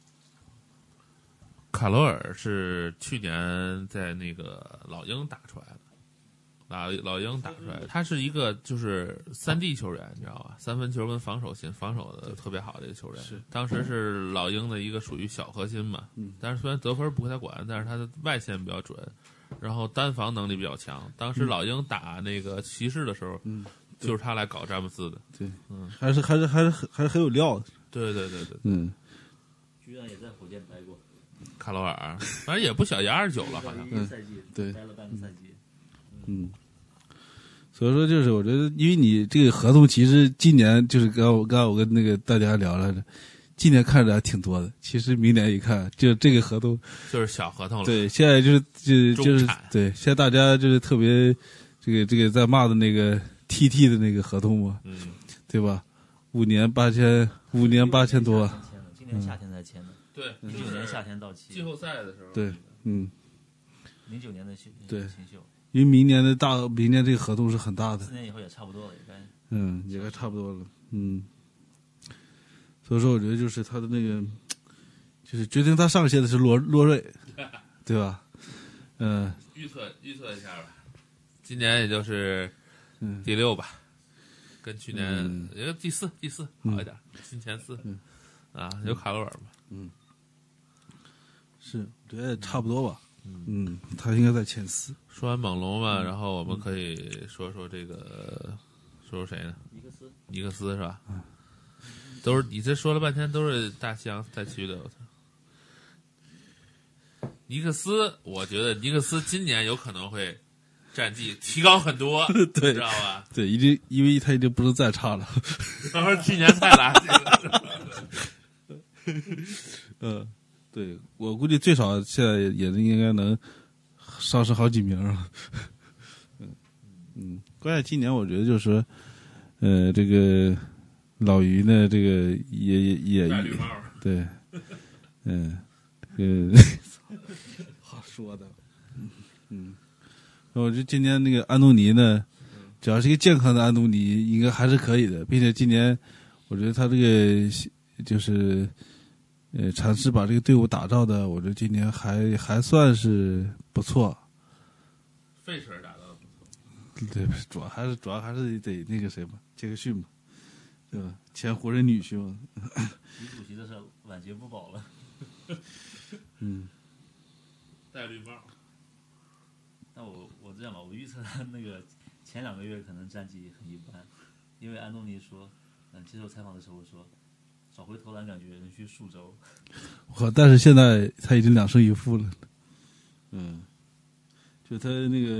S3: 卡罗尔是去年在那个老鹰打出来的。老老鹰打出来，他是一个就是三 D 球员，你知道吧？三分球跟防守型防守的特别好的一个球员。
S5: 是，
S3: 当时是老鹰的一个属于小核心嘛。嗯。但是虽然得分不给他管，但是他的外线比较准，然后单防能力比较强。当时老鹰打那个骑士的时候，嗯，就是他来搞詹姆斯的。
S5: 对，嗯，还是还是还是还是很有料的。
S3: 对对对对，
S5: 嗯。
S4: 居然也在火箭待过。
S3: 卡罗尔，反正也不小，也二十九了，好像。
S4: 一赛季，
S5: 对，
S4: 待了半个赛季。
S5: 嗯，所以说就是我觉得，因为你这个合同其实今年就是刚我刚刚我跟那个大家聊了，今年看着还挺多的，其实明年一看，就这个合同
S3: 就是小合同了。
S5: 对，现在就是就就是对，现在大家就是特别这个这个在骂的那个 T T 的那个合同嘛，
S3: 嗯，
S5: 对吧？五年八千，五年八千多，
S4: 今年夏天才签的，
S3: 对，
S4: 零九年夏天到期，
S3: 季后赛的时候，
S5: 对，嗯，
S4: 零九年的新
S5: 对
S4: 新秀。
S5: 因为明年的大，明年这个合同是很大的。
S4: 四年以后也差不多了，也该。
S5: 嗯，也该差不多了。嗯，所以说我觉得就是他的那个，就是决定他上线的是罗罗瑞，对吧？嗯、呃，
S3: 预测预测一下吧，今年也就是
S5: 嗯，
S3: 第六吧，跟去年
S5: 嗯
S3: 也、嗯、第四，第四好一点，进、嗯、前四、嗯，啊，有卡罗尔嘛，
S5: 嗯，是，我觉得差不多吧，嗯，嗯他应该在前四。
S3: 说完猛龙嘛，嗯、然后我们可以说说这个，说说谁呢？
S4: 尼克斯，
S3: 尼克斯是吧？嗯，都是你这说了半天都是大西洋赛区的，我操。尼克斯，我觉得尼克斯今年有可能会战绩提高很多，
S5: 对，
S3: 知道吧？
S5: 对，已经因为他已经不是再差了，
S3: 他说去年太垃圾了。
S5: 嗯，对，我估计最少现在也应该能上升好几名了。嗯嗯，关键今年我觉得就是说，呃，这个老于呢，这个也也也
S3: 戴绿帽，
S5: 对，嗯，呃。好说的，嗯嗯，我觉得今年那个安东尼呢，只要是一个健康的安东尼，应该还是可以的，并且今年我觉得他这个就是呃尝试把这个队伍打造的，我觉得今年还还算是不错。
S3: 费舍尔打造的不错，
S5: 对，主要还是主要还是得那个谁嘛，杰克逊嘛，对吧？前湖人女婿嘛。
S4: 女主席的事晚节不保了。
S5: 嗯。
S3: 戴绿帽，
S4: 那我我这样吧，我预测他那个前两个月可能战绩很一般，因为安东尼说，嗯，接受采访的时候说，找回投篮感觉能去数周。
S5: 我但是现在他已经两胜一负了，嗯，就他那个，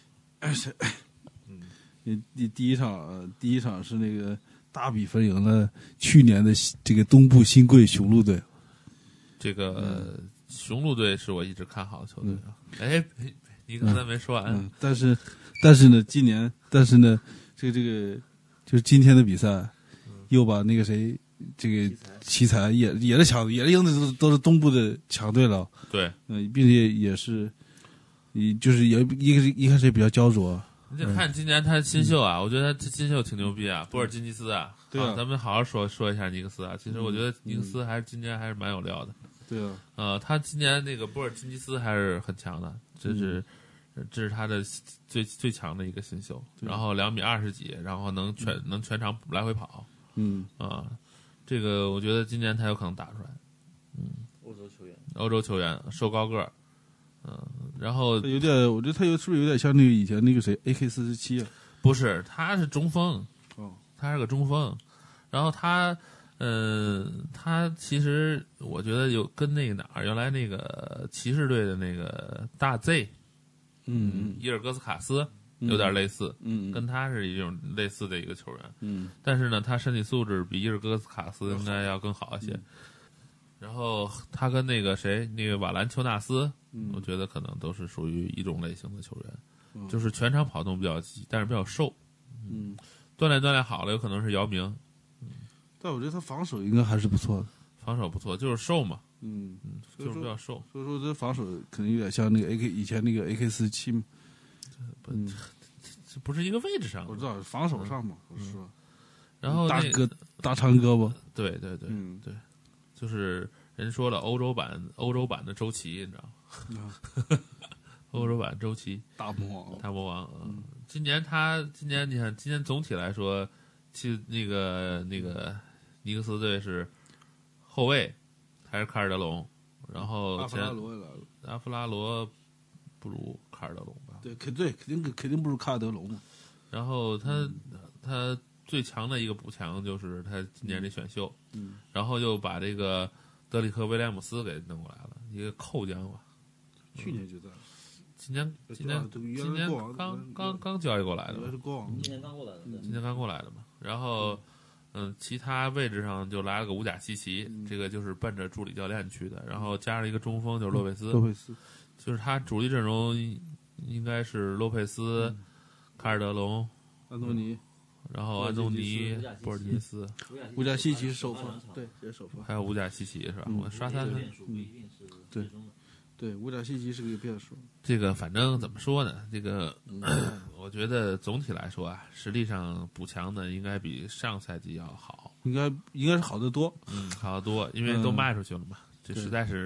S5: 嗯，第第一场第一场是那个大比分赢了去年的这个东部新贵雄鹿队，
S3: 这个。嗯雄鹿队是我一直看好的球队啊！哎、嗯，你刚才没说完、
S5: 嗯嗯，但是，但是呢，今年，但是呢，这个这个，就是今天的比赛，嗯、又把那个谁，这个奇才也也是强，也是赢的都都是东部的强队了。
S3: 对，
S5: 嗯，并且也是，你就是也一个一开始也比较焦灼。
S3: 你得看今年他新秀啊，嗯、我觉得他新秀挺牛逼啊，波尔津吉斯啊。
S5: 对啊，
S3: 咱们好好说说一下尼克斯啊。其实我觉得尼克斯还是今年还是蛮有料的。
S5: 对啊，
S3: 呃，他今年那个波尔津吉斯还是很强的，这是、嗯、这是他的最最强的一个新秀，然后两米二十几，然后能全、嗯、能全场来回跑，
S5: 嗯
S3: 啊、呃，这个我觉得今年他有可能打出来，嗯，
S4: 欧洲球员，
S3: 欧洲球员瘦高个儿，嗯、呃，然后
S5: 有点，我觉得他有是不是有点像那个以前那个谁 A K 四十七啊？
S3: 不是，他是中锋，
S5: 哦，
S3: 他是个中锋，然后他。嗯，他其实我觉得有跟那个哪儿原来那个骑士队的那个大 Z，
S5: 嗯，
S3: 伊尔戈斯卡斯有点类似，
S5: 嗯，
S3: 跟他是一种类似的一个球员，
S5: 嗯，
S3: 但是呢，他身体素质比伊尔戈斯卡斯应该要更好一些。嗯、然后他跟那个谁，那个瓦兰丘纳斯，
S5: 嗯、
S3: 我觉得可能都是属于一种类型的球员，
S5: 嗯、
S3: 就是全场跑动比较急，但是比较瘦，
S5: 嗯，
S3: 锻炼锻炼好了，有可能是姚明。
S5: 但我觉得他防守应该还是不错的，
S3: 防守不错，就是瘦嘛，
S5: 嗯
S3: 嗯，就是比较瘦，
S5: 所以说这防守可能有点像那个 A K 以前那个 A K 四十七嘛，
S3: 不，嗯、这不是一个位置上，
S5: 我知道防守上嘛，我、嗯、是说，
S3: 然后、那个、
S5: 大哥大长胳膊，
S3: 对对对，
S5: 嗯
S3: 对，就是人说了欧洲版欧洲版的周琦，你知道吗？嗯、欧洲版周琦
S5: 大魔王，
S3: 大魔王，嗯，今年他今年你看，今年总体来说，其实那个那个。尼克斯队是后卫还是卡尔德隆，然后
S5: 阿弗拉罗来了，
S3: 阿弗拉罗不如卡尔德隆吧？
S5: 对，肯对，肯定肯定不如卡尔德隆嘛。
S3: 然后他、嗯、他最强的一个补强就是他今年这选秀，
S5: 嗯，
S3: 然后又把这个德里克威廉姆斯给弄过来了，一个扣将吧。
S5: 去年就在，
S3: 今年今年今年刚刚刚交易过来的，
S5: 是国王，
S4: 今年刚过来的，
S3: 今年刚过来的嘛，然后。嗯，其他位置上就来了个五甲西奇、嗯，这个就是奔着助理教练去的，然后加上一个中锋就是洛佩斯，
S5: 洛佩斯
S3: 就是他主力阵容应该是洛佩斯、嗯、卡尔德隆、
S5: 安东尼，
S3: 然后安东尼、波尔津吉斯、
S5: 五甲西奇是首发，对，也是首发，
S3: 还有五甲西奇是吧？
S5: 嗯、
S3: 我刷三分，
S5: 嗯，对。对，五甲西奇是个变数。
S3: 这个反正怎么说呢？这个、嗯、我觉得总体来说啊，实力上补强的应该比上赛季要好，
S5: 应该应该是好得多。
S3: 嗯，好得多，因为都卖出去了嘛，嗯、这实在是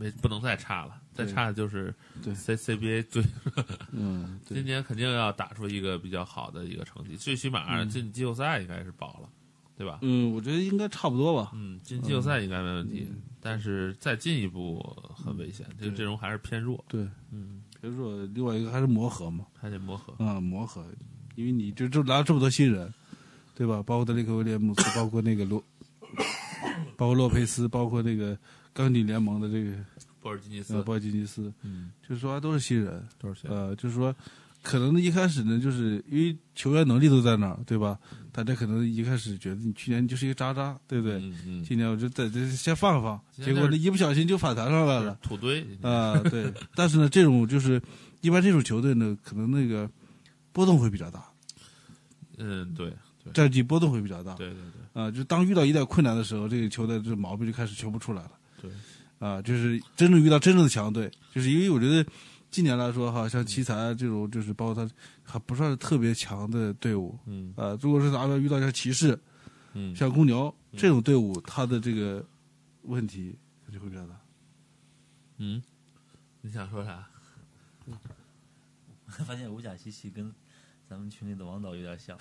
S3: 没不能再差了，再差的就是
S5: 对
S3: C C B A 对，
S5: 嗯，对
S3: 今年肯定要打出一个比较好的一个成绩，最起码进季后赛应该是保了，对吧？
S5: 嗯，我觉得应该差不多吧。
S3: 嗯，进季后赛应该没问题，嗯、但是再进一步很危险，这个阵容还是偏弱。
S5: 对，
S3: 嗯，
S5: 偏弱。另外一个还是磨合嘛，
S3: 还得磨合。
S5: 啊、嗯，磨合，因为你就就来了这么多新人，对吧？包括德里克威廉姆斯，包括那个洛，包括洛佩斯，包括那个钢铁联盟的这个
S3: 波尔津吉斯，
S5: 呃，波尔津吉斯，
S3: 嗯，
S5: 就是说都是新人，
S3: 都是新人。
S5: 呃，就是说。可能一开始呢，就是因为球员能力都在那儿，对吧？大家可能一开始觉得你去年就是一个渣渣，对不对？
S3: 嗯嗯。
S5: 今年我就在这先放一放，结果呢一不小心就反弹上来了，
S3: 土堆
S5: 啊、呃，对。但是呢，这种就是一般这种球队呢，可能那个波动会比较大。
S3: 嗯，对。对
S5: 战绩波动会比较大。
S3: 对对对。
S5: 啊、呃，就当遇到一点困难的时候，这个球队这毛病就开始全部出来了。
S3: 对。
S5: 啊、呃，就是真正遇到真正的强队，就是因为我觉得。今年来说，哈，像奇才这种，就是包括他还不算是特别强的队伍，
S3: 嗯，
S5: 啊、呃，如果是咱们遇到像骑士，
S3: 嗯，
S5: 像公牛、嗯、这种队伍，他的这个问题就会比较大。
S3: 嗯，你想说啥？
S4: 我发现吴贾西奇跟咱们群里的王导有点像。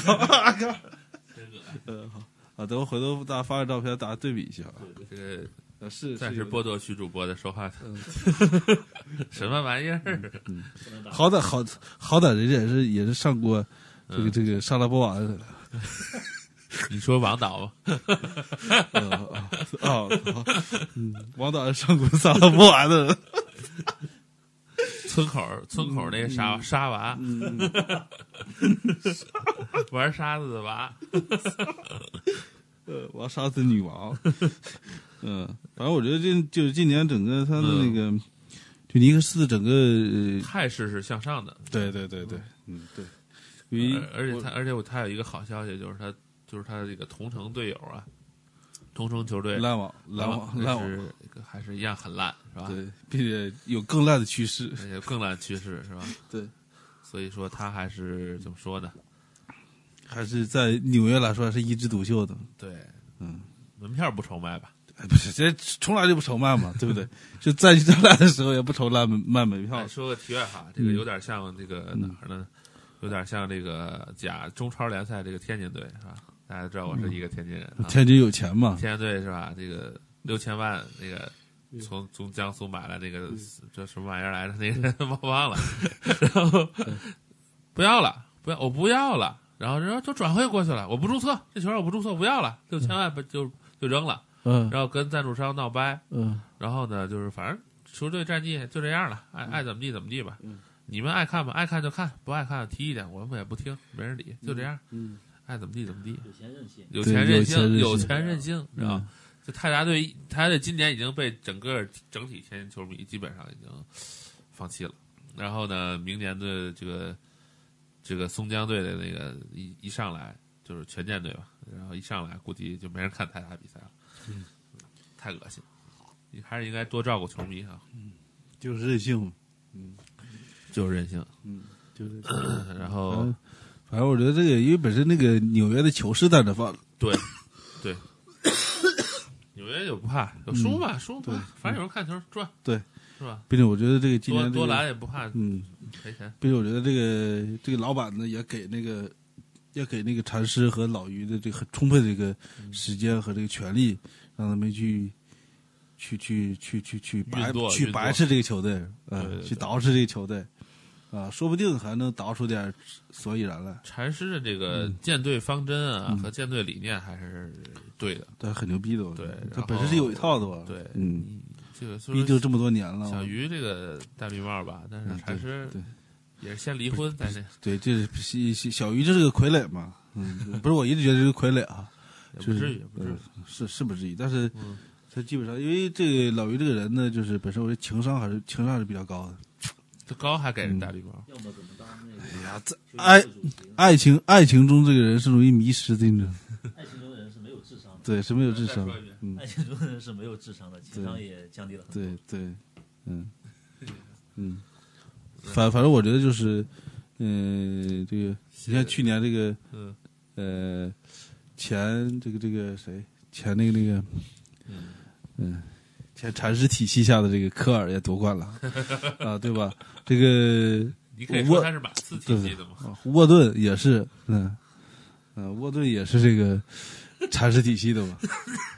S5: 呃，好啊，等我回头大家发个照片，大家对比一下啊。
S3: 对对这个。
S5: 呃，是
S3: 暂时剥夺徐主播的说话，嗯、什么玩意儿？
S5: 嗯，好歹好好歹人家也是也是上过这个、嗯、这个萨拉波娃的。
S3: 你说王导吗？
S5: 啊啊，嗯，王导上过萨拉波娃的。
S3: 村口村口那沙、嗯、沙娃，
S5: 嗯、
S3: 玩沙子的娃。
S5: 呃，玩沙子女王。嗯，反正我觉得这就是今年整个他的那个，嗯、就尼克斯整个、呃、
S3: 态势是向上的。
S5: 对对对对，嗯对。
S3: 因为而且他而且我他有一个好消息，就是他就是他的这个同城队友啊，同城球队
S5: 篮网篮网篮网
S3: 是还是一样很烂，是吧？
S5: 对，并且有更烂的趋势，
S3: 有更烂的趋势是吧？
S5: 对，
S3: 所以说他还是怎么说呢？
S5: 还是在纽约来说还是一枝独秀的。
S3: 对，
S5: 嗯，
S3: 门票不愁卖吧？
S5: 哎，不是，这从来就不愁卖嘛，对不对？就战绩再烂的时候也不愁烂卖门票。
S3: 说个题外话，这个有点像这个哪儿呢？有点像这个甲中超联赛这个天津队是吧？大家知道我是一个天津人，
S5: 嗯、天津有钱嘛？
S3: 天津队是吧？这个六千万那个从从江苏买来那个这什么玩意儿来着？那个人我忘了，然后不要了，不要，我不要了。然后然后就转会过去了，我不注册，这球我不注册，不要了，六千万不就就扔了。
S5: 嗯，
S3: 然后跟赞助商闹掰，
S5: 嗯，
S3: 然后呢，就是反正球队战绩就这样了，爱爱怎么地怎么地吧。
S5: 嗯，
S3: 你们爱看吧，爱看就看，不爱看提一点，我们也不听，没人理，就这样。
S5: 嗯，
S3: 爱怎么地怎么地。
S4: 有钱任性，
S3: 有钱任性，有
S5: 钱
S3: 任性，知道吗？就泰达队，泰达队今年已经被整个整体天津球迷基本上已经放弃了。然后呢，明年的这个这个松江队的那个一一上来就是权健队吧，然后一上来估计就没人看泰达比赛了。
S5: 嗯，
S3: 太恶心，你还是应该多照顾球迷啊。
S5: 嗯，就是任性，嗯，
S3: 就是任性，
S5: 嗯，就是。
S3: 然后，
S5: 反正我觉得这个，因为本身那个纽约的球是在那放的，
S3: 对，对，纽约就不怕，有输嘛，输
S5: 对，
S3: 反正有人看球赚，
S5: 对，
S3: 是吧？
S5: 并且我觉得这个今年
S3: 多多来也不怕，
S5: 嗯，
S3: 赔钱。
S5: 并且我觉得这个这个老板呢，也给那个。要给那个禅师和老于的这个很充沛的这个时间和这个权利，让他们去去去去去去白去白吃这个球队，呃，去捯饬这个球队，啊，说不定还能捯出点所以然来。
S3: 禅师的这个舰队方针啊、嗯、和舰队理念还是对的，
S5: 但是很牛逼的，
S3: 对，
S5: 他本身是有一套的吧？
S3: 对，
S5: 嗯，
S3: 这个
S5: 毕竟这么多年了。
S3: 小鱼这个戴绿帽吧，但是禅师
S5: 对。
S3: 也是先离婚，但是
S5: 对，这是小鱼，这是个傀儡嘛？嗯，不是，我一直觉得这个傀儡啊，
S3: 也不至于，不至于，
S5: 是是不至于，但是
S3: 嗯
S5: 他基本上，因为这个老于这个人呢，就是本身我觉得情商还是情商是比较高的，
S3: 这高还给人戴绿帽，
S4: 要么怎么当那个？
S5: 哎呀，这爱爱情爱情中这个人是容易迷失的，你知道？
S4: 爱情中的人是没有智商的，
S5: 对，是没有智商，
S4: 嗯，爱情中的人是没有智商的，情商也降低了很多，
S5: 对对，嗯嗯。反反正我觉得就是，嗯、呃，这个你看去年这个，
S3: 嗯，
S5: 呃，前这个这个谁前那个那个，
S3: 嗯
S5: 嗯， 前禅师体系下的这个科尔也夺冠了啊，对吧？这个
S3: 你可以说他是马刺体系的嘛。
S5: 啊、沃顿也是，嗯嗯、呃，沃顿也是这个禅师体系的嘛。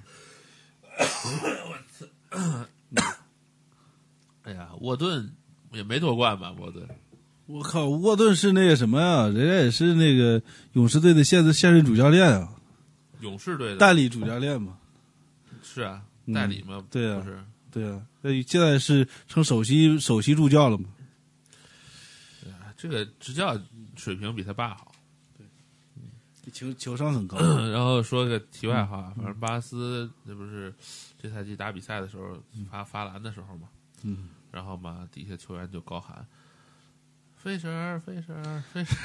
S3: 哎呀，沃顿也没夺冠吧？沃顿，
S5: 我靠，沃顿是那个什么呀？人家也是那个勇士队的现现任主教练啊，
S3: 勇士队的
S5: 代理主教练嘛。
S3: 是啊，代理嘛？
S5: 嗯、对啊，
S3: 不是，
S5: 对啊，那现在是成首席首席助教了嘛？
S3: 对啊，这个执教水平比他爸好。
S5: 对，球球商很高。
S3: 然后说个题外话，反正巴斯那不是这赛季打比赛的时候发发篮的时候嘛，
S5: 嗯，
S3: 然后嘛底下球员就高喊飞神飞神飞神，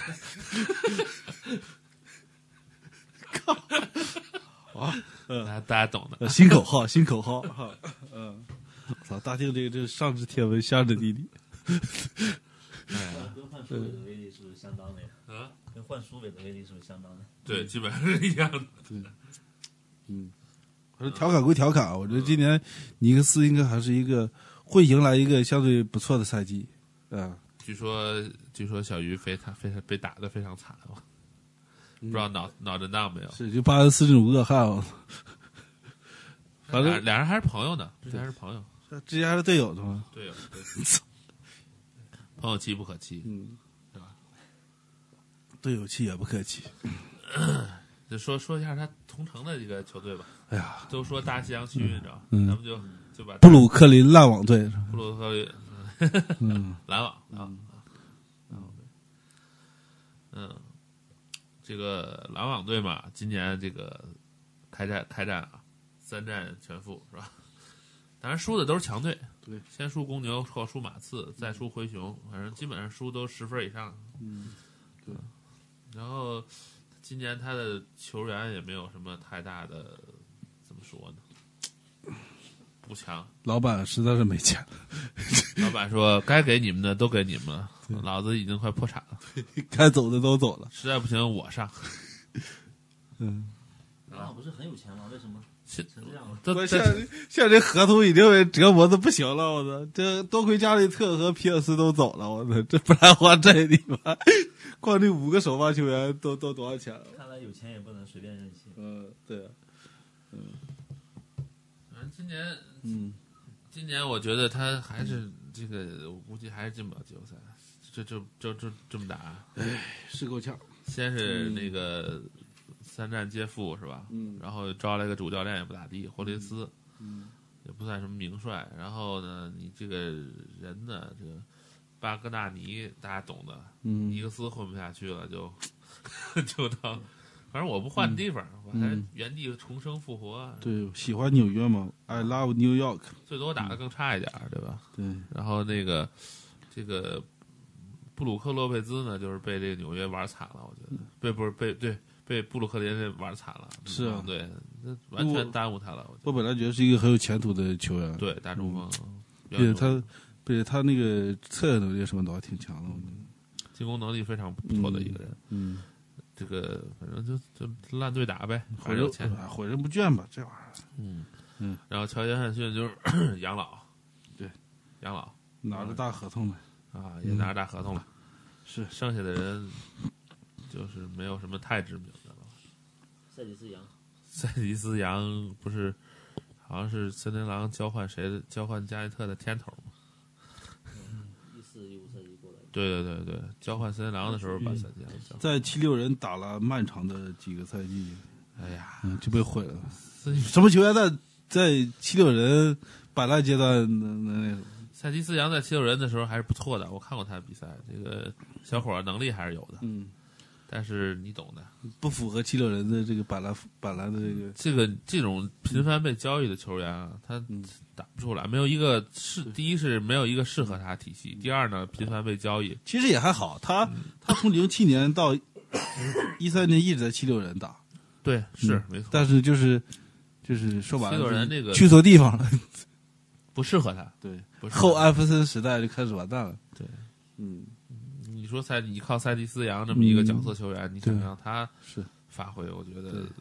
S5: 靠啊，
S3: 嗯，大家懂的，
S5: 新口号，新口号，嗯，我操，大庆这个这上知天文下知地理，
S4: 哎呀，跟换苏伟的威力是不是相当的呀？啊，跟换苏伟的威力是不是相当的？
S3: 对，基本上是一样的。
S5: 对，嗯，反正调侃归调侃，我觉得今年尼克斯应该还是一个会迎来一个相对不错的赛季，啊。
S3: 据说，据说小鱼非常非常被打得非常惨哦，不知道脑脑震荡没有？
S5: 是，就巴恩斯这种恶汉哦。反正
S3: 俩人还是朋友呢，之前是朋友，
S5: 之前还是队友的吗？
S3: 队友，朋友妻不可欺，
S5: 嗯，
S3: 对吧？
S5: 队友妻也不客气。
S3: 就说说一下他同城的一个球队吧。
S5: 哎呀，
S3: 都说大西洋区，你知道，
S5: 嗯、
S3: 咱们就就把
S5: 布鲁克林篮网队，
S3: 布鲁克林。
S5: 嗯，
S3: 篮网啊，嗯，嗯，这个篮网队嘛，今年这个开战开战啊，三战全负是吧？当然输的都是强队，
S5: 对，
S3: 先输公牛，后输马刺，再输灰熊，反正基本上输都十分以上。
S5: 嗯，对。
S3: 然后今年他的球员也没有什么太大的，怎么说呢？不强，
S5: 老板实在是没钱。
S3: 老板说：“该给你们的都给你们了，老子已经快破产了，
S5: 该走的都走了，
S3: 实在不行我上。”
S5: 嗯，
S4: 啊，不是很有钱吗？为什么成这样了？
S5: 我现在现在这合同已经被折磨的不行了，我操！这多亏加内特和皮尔斯都走了，我操！这不然话这地方，光这五个首发球员都都多少钱了？
S4: 看来有钱也不能随便任性。
S5: 嗯，对啊，嗯，
S3: 反正今年，
S5: 嗯。
S3: 今年我觉得他还是这个，我估计还是进不了季后赛，这就就就这么打，
S5: 哎，是够呛。
S3: 先是那个三战皆负是吧？
S5: 嗯，
S3: 然后招来个主教练也不咋地，霍林斯，
S5: 嗯，
S3: 也不算什么名帅。然后呢，你这个人呢，这个巴格纳尼大家懂的，
S5: 嗯，
S3: 尼克斯混不下去了，就就到。反正我不换地方，
S5: 嗯、
S3: 我还原地重生复活。
S5: 对，喜欢纽约嘛 ？I love New York。
S3: 最多打得更差一点，对吧？
S5: 对。
S3: 然后那个这个布鲁克洛佩兹呢，就是被这个纽约玩惨了，我觉得被不是被对被布鲁克林这玩惨了。
S5: 是啊，
S3: 对，那完全耽误他了。我,
S5: 我本来觉得是一个很有前途的球员，
S3: 对大中锋，
S5: 并且他，并且他那个策略能力什么都还挺强的，我觉得
S3: 进攻能力非常不错的一个人。
S5: 嗯。嗯
S3: 这个反正就就烂队打呗，
S5: 反正钱毁人不倦吧，这玩意儿。
S3: 嗯
S5: 嗯。
S3: 然后乔杰汉逊就是养老，
S5: 对，
S3: 养老
S5: 拿着大合同了
S3: 啊，也拿着大合同了。
S5: 嗯、是，
S3: 剩下的人就是没有什么太知名的了。
S4: 塞迪斯杨，
S3: 塞迪斯杨不是好像是森林狼交换谁的？交换加内特的天头吗？
S4: 一四一五赛季过来。
S3: 对对对对，交换森林狼的时候把塞迪杨
S5: 在七六人打了漫长的几个赛季，
S3: 哎呀，
S5: 嗯，就被毁了。什么球员在在七六人摆烂阶段能能那种？
S3: 塞迪斯杨在七六人的时候还是不错的，我看过他的比赛，这个小伙能力还是有的。
S5: 嗯，
S3: 但是你懂的，
S5: 不符合七六人的这个摆烂摆烂的这个
S3: 这个这种频繁被交易的球员啊，他打不出来，没有一个是第一是没有一个适合他体系，第二呢频繁被交易。
S5: 其实也还好，他、嗯、他从零七年到一三年一直在七六人打，
S3: 对，是、嗯、没错。
S5: 但是就是就是说白了，
S3: 七六人那个
S5: 去错地方了，
S3: 不适合他。
S5: 对，
S3: 不是
S5: 后艾弗森时代就开始完蛋了。
S3: 对，
S5: 嗯。
S3: 你说塞，你靠塞迪斯杨这么一个角色球员，
S5: 嗯、
S3: 你想让他
S5: 是
S3: 发挥，我觉得不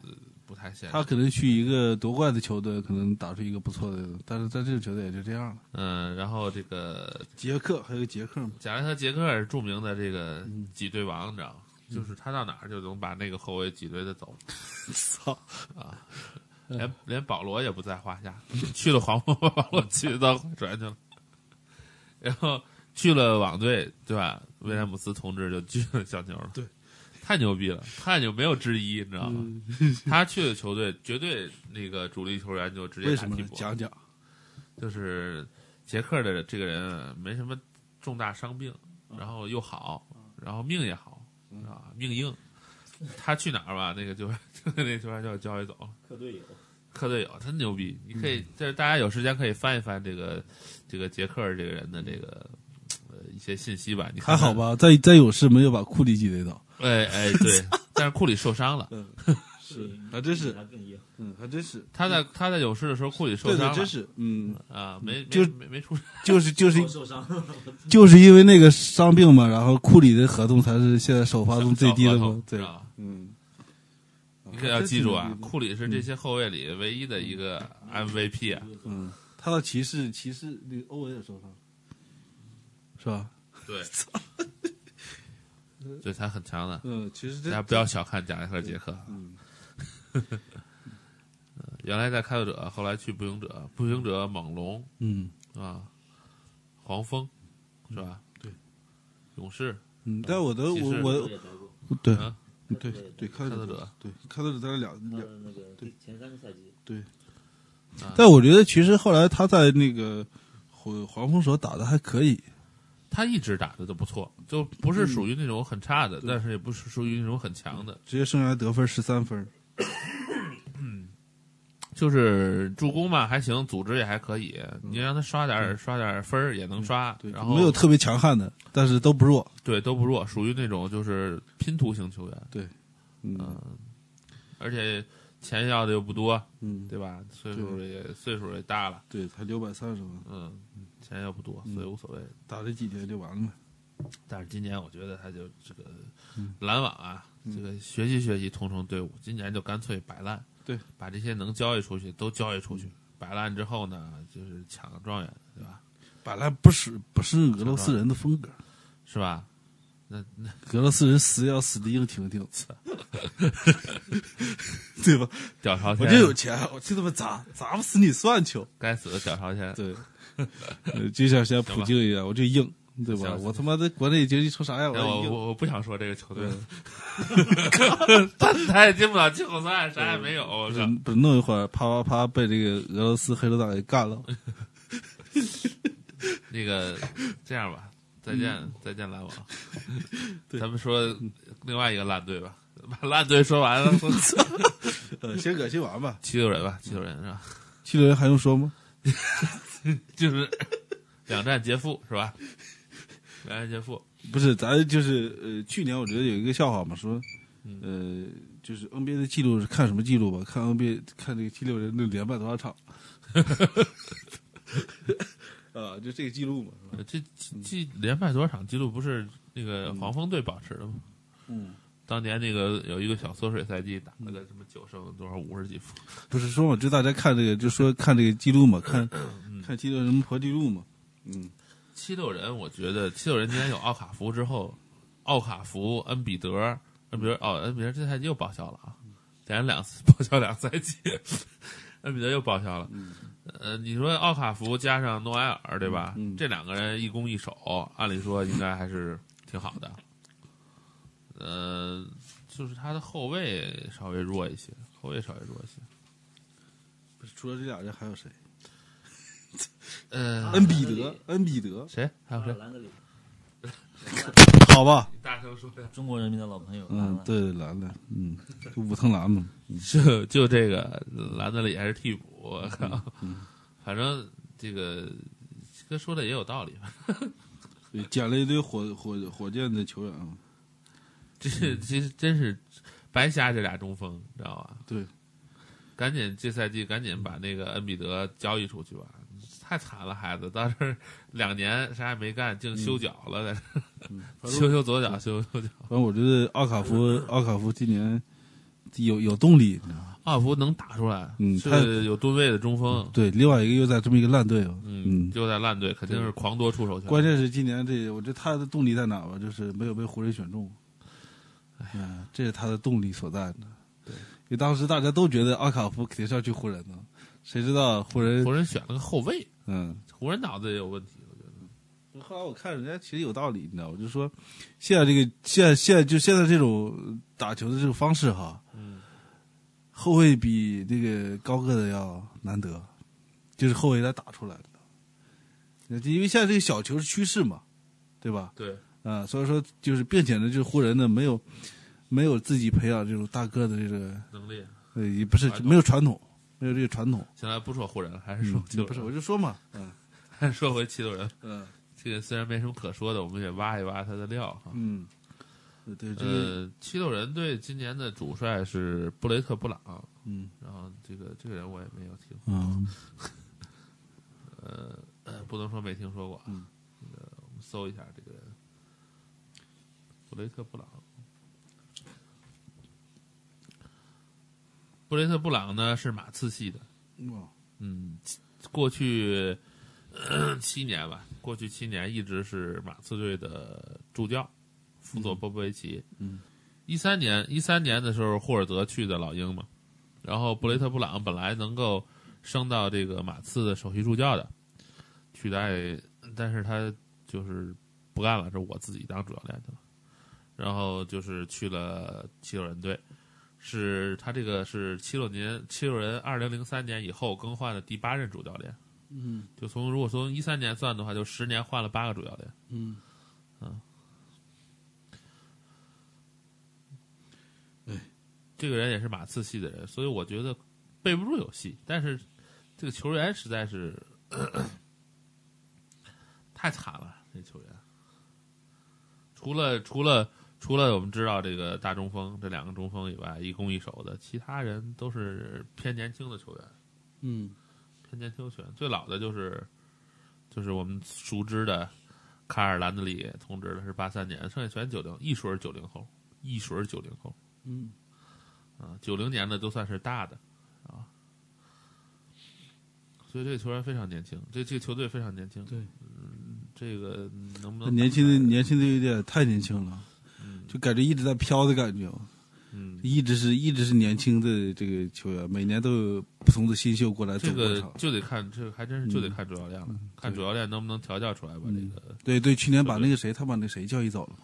S3: 不太现实。
S5: 他可能去一个夺冠的球队，可能打出一个不错的，但是在这个球队也就这样了。
S3: 嗯，然后这个
S5: 捷克还有个捷克嘛，
S3: 贾雷特·杰克是著名的这个挤兑王，你知道吗？
S5: 嗯、
S3: 就是他到哪儿就能把那个后卫挤兑的走。
S5: 操
S3: 啊！连连保罗也不在话下，去了黄蜂，保罗去到快船去了，然后去了网队，对吧？威廉姆斯同志就拒了小牛了，
S5: 对，
S3: 太牛逼了，他就没有之一，你知道吗？嗯、他去的球队绝对那个主力球员就直接打替补。
S5: 讲讲，
S3: 就是捷克的这个人没什么重大伤病，然后又好，然后命也好，啊，命硬。他去哪儿吧，那个就那个球员就要交易走了。
S4: 克队友，
S3: 克队友真牛逼！你可以，就是大家有时间可以翻一翻这个这个捷克这个人的这个呃一些信息吧。你看
S5: 还好吧，在在勇士没有把库里挤兑到。
S3: 哎哎，对，但是库里受伤了。
S5: 嗯，是，还真是，嗯，还真是。
S3: 他在他在勇士的时候，库里受伤了，
S5: 对对，真是，嗯
S3: 啊，没
S5: 就
S3: 没没出，
S5: 就是就是
S4: 受伤，
S5: 就是因为那个伤病嘛，然后库里的合同才是现在首发中最低的嘛，对。嗯，
S3: 你可要记住啊，库里是这些后卫里唯一的一个 M V P 啊。
S5: 嗯，他到骑士，骑士那个欧文也受伤，是吧？
S3: 对，对他很强的。
S5: 嗯，其实
S3: 大家不要小看贾雷特·杰克。
S5: 嗯，
S3: 原来在开拓者，后来去步行者，步行者、猛龙，
S5: 嗯
S3: 啊，黄蜂，是吧？
S5: 对，
S3: 勇士，
S5: 嗯，但我的我我对。对对，开拓者，对开拓者待了两两
S4: 那个前三个赛季，
S5: 对。
S3: 啊、
S5: 但我觉得其实后来他在那个黄黄蜂手打的还可以，
S3: 他一直打的都不错，就不是属于那种很差的，嗯、但是也不是属于那种很强的。
S5: 职业生涯得分十三分，
S3: 嗯，就是助攻嘛还行，组织也还可以，嗯、你让他刷点、嗯、刷点分也能刷，
S5: 对，
S3: 然后
S5: 没有特别强悍的，但是都不弱，
S3: 对，都不弱，属于那种就是拼图型球员，
S5: 对，嗯，
S3: 呃、而且钱要的又不多，
S5: 嗯，
S3: 对吧？岁数也岁数也大了，
S5: 对，才六百三十万，
S3: 嗯，钱又不多，所以无所谓，
S5: 打这几天就完了嘛。
S3: 但是今年我觉得他就这个篮网啊，嗯、这个学习学习同城队伍，今年就干脆摆烂。
S5: 对，
S3: 把这些能交易出去都交易出去，摆烂之后呢，就是抢状元，对吧？
S5: 摆烂不是不是俄罗斯人的风格，
S3: 是吧？那那
S5: 俄罗斯人死要死的硬挺挺，对吧？
S3: 屌朝天，
S5: 我就有钱，我就他妈砸砸不死你算球，
S3: 该死的屌朝天。
S5: 对，就像像普京一样，我就硬。对吧？我他妈的国内经济出啥样？
S3: 我我我不想说这个球队，他他也进不了季后赛，啥也没有。我靠！
S5: 不是弄一会儿，啪啪啪被这个俄罗斯黑手党给干了。
S3: 那个这样吧，再见、嗯、再见篮网。咱们说另外一个烂队吧，把烂队说完了。
S5: 呃，先恶心完吧。
S3: 七六人吧，七六人是吧？
S5: 七六人还用说吗？
S3: 就是两战皆负是吧？两战皆负
S5: 不是，咱就是呃，去年我觉得有一个笑话嘛，说呃，就是 N B A 的记录是看什么记录吧？看 N B A 看这个七六人能连败多少场。啊，就这个记录嘛，
S3: 这记连败多少场记录不是那个黄蜂队保持的吗？
S5: 嗯，
S3: 当年那个有一个小缩水赛季，打了个什么九胜多少五十几负。
S5: 不是说嘛，就大家看这个，就说看这个记录嘛，看、嗯、看七六人破纪录嘛。嗯，
S3: 七六人，我觉得七六人今年有奥卡福之后，奥卡福、恩比德、恩比德哦，恩比德这赛季又报销了啊，连两次报销两赛季，恩比德又报销了。
S5: 嗯
S3: 呃，你说奥卡福加上诺埃尔，对吧？
S5: 嗯、
S3: 这两个人一攻一守，按理说应该还是挺好的。呃，就是他的后卫稍微弱一些，后卫稍微弱一些。
S5: 不是，除了这俩人还有谁？
S3: 呃，
S5: 恩比德，恩比德，
S3: 谁？还有谁？
S4: 兰德里。
S5: 好吧，
S3: 你大声说呀！
S4: 中国人民的老朋友。
S5: 嗯，对，兰的，嗯，武藤兰嘛，
S3: 就就这个兰德里还是替补，我靠，
S5: 嗯、
S3: 反正这个哥说的也有道理。
S5: 捡了一堆火火火箭的球员啊，
S3: 这是其实真是白瞎这俩中锋，知道吧？
S5: 对，赶
S3: 紧这赛季赶紧把那个恩比德交易出去吧。太惨了，孩子，到这儿两年啥也没干，净修脚了，在、嗯、修修左脚，修修脚。
S5: 反正我觉得奥卡福，奥卡福今年有有动力，你知道吗？
S3: 奥尔夫能打出来，
S5: 嗯，他
S3: 是有吨位的中锋，
S5: 对，另外一个又在这么一个烂队，
S3: 嗯，
S5: 嗯，
S3: 又在烂队，肯定是狂夺出手权。
S5: 关键是今年这，我觉得他的动力在哪吧？就是没有被湖人选中，哎呀，这是他的动力所在呢。对，因为当时大家都觉得阿卡夫肯定是要去湖人的，谁知道湖人
S3: 湖人选了个后卫，
S5: 嗯，
S3: 湖人脑子也有问题，我觉得。
S5: 后来我看人家其实有道理，你知道吗？就是说，现在这个现在现在就现在这种打球的这种方式哈，
S3: 嗯，
S5: 后卫比这个高个的要难得，就是后卫来打出来的。因为现在这个小球是趋势嘛，对吧？
S3: 对，
S5: 啊、所以说就是并且呢，就是湖人呢没有没有自己培养这种大个的这个
S3: 能力，
S5: 呃，也不是
S3: 传统
S5: 没有传统，没有这个传统。
S3: 现在不说湖人了，还是说
S5: 嗯
S3: 七六人
S5: 不是，我就说嘛，嗯
S3: 还是说回七六人。
S5: 嗯
S3: 这个虽然没什么可说的，我们也挖一挖他的料哈。
S5: 嗯，对对，这个
S3: 呃，七六人队今年的主帅是布雷特·布朗，
S5: 嗯
S3: 然后这个这个人我也没有听，
S5: 嗯
S3: 呃，呃不能说没听说过啊。
S5: 嗯
S3: 那个我们搜一下这个人，布雷特·布朗。布雷特·布朗呢是马刺系的，
S5: 哇
S3: 嗯，过去、呃、七年吧，过去七年一直是马刺队的助教，辅佐波波维奇。
S5: 嗯，
S3: 一三年一三年的时候，霍尔德去的老鹰嘛，然后布雷特·布朗本来能够升到这个马刺的首席助教的，取代，但是他就是不干了，是我自己当主教练去了，然后就是去了七六人队。是他这个是七六年七六人二零零三年以后更换的第八任主教练，
S5: 嗯
S3: 就从如果从一三年算的话，就十年换了八个主教练。
S5: 嗯
S3: 嗯，
S5: 哎，
S3: 这个人也是马刺系的人，所以我觉得备不住有戏。但是这个球员实在是咳咳太惨了，这球员除了除了。除了我们知道这个大中锋这两个中锋以外，一攻一守的，其他人都是偏年轻的球员，
S5: 嗯
S3: 偏年轻球员。最老的就是就是我们熟知的卡尔兰德里同志的是八三年，剩下全九零，一水九零后，一水九零后，
S5: 嗯
S3: 啊，九零年的都算是大的啊，所以这个球员非常年轻，这这个球队非常年轻。
S5: 对，
S3: 嗯，这个能不能
S5: 年轻的年轻的有点太年轻了。
S3: 嗯，
S5: 就感觉一直在飘的感觉，
S3: 嗯，
S5: 一直是一直是年轻的这个球员，每年都有不同的新秀过来走
S3: 这个
S5: 过场。
S3: 就得看，这个还真是就得看主教练了，
S5: 嗯
S3: 看主教练能不能调教出来吧。
S5: 嗯
S3: 这个
S5: 对对，去年把那个谁，他把那谁交易走了，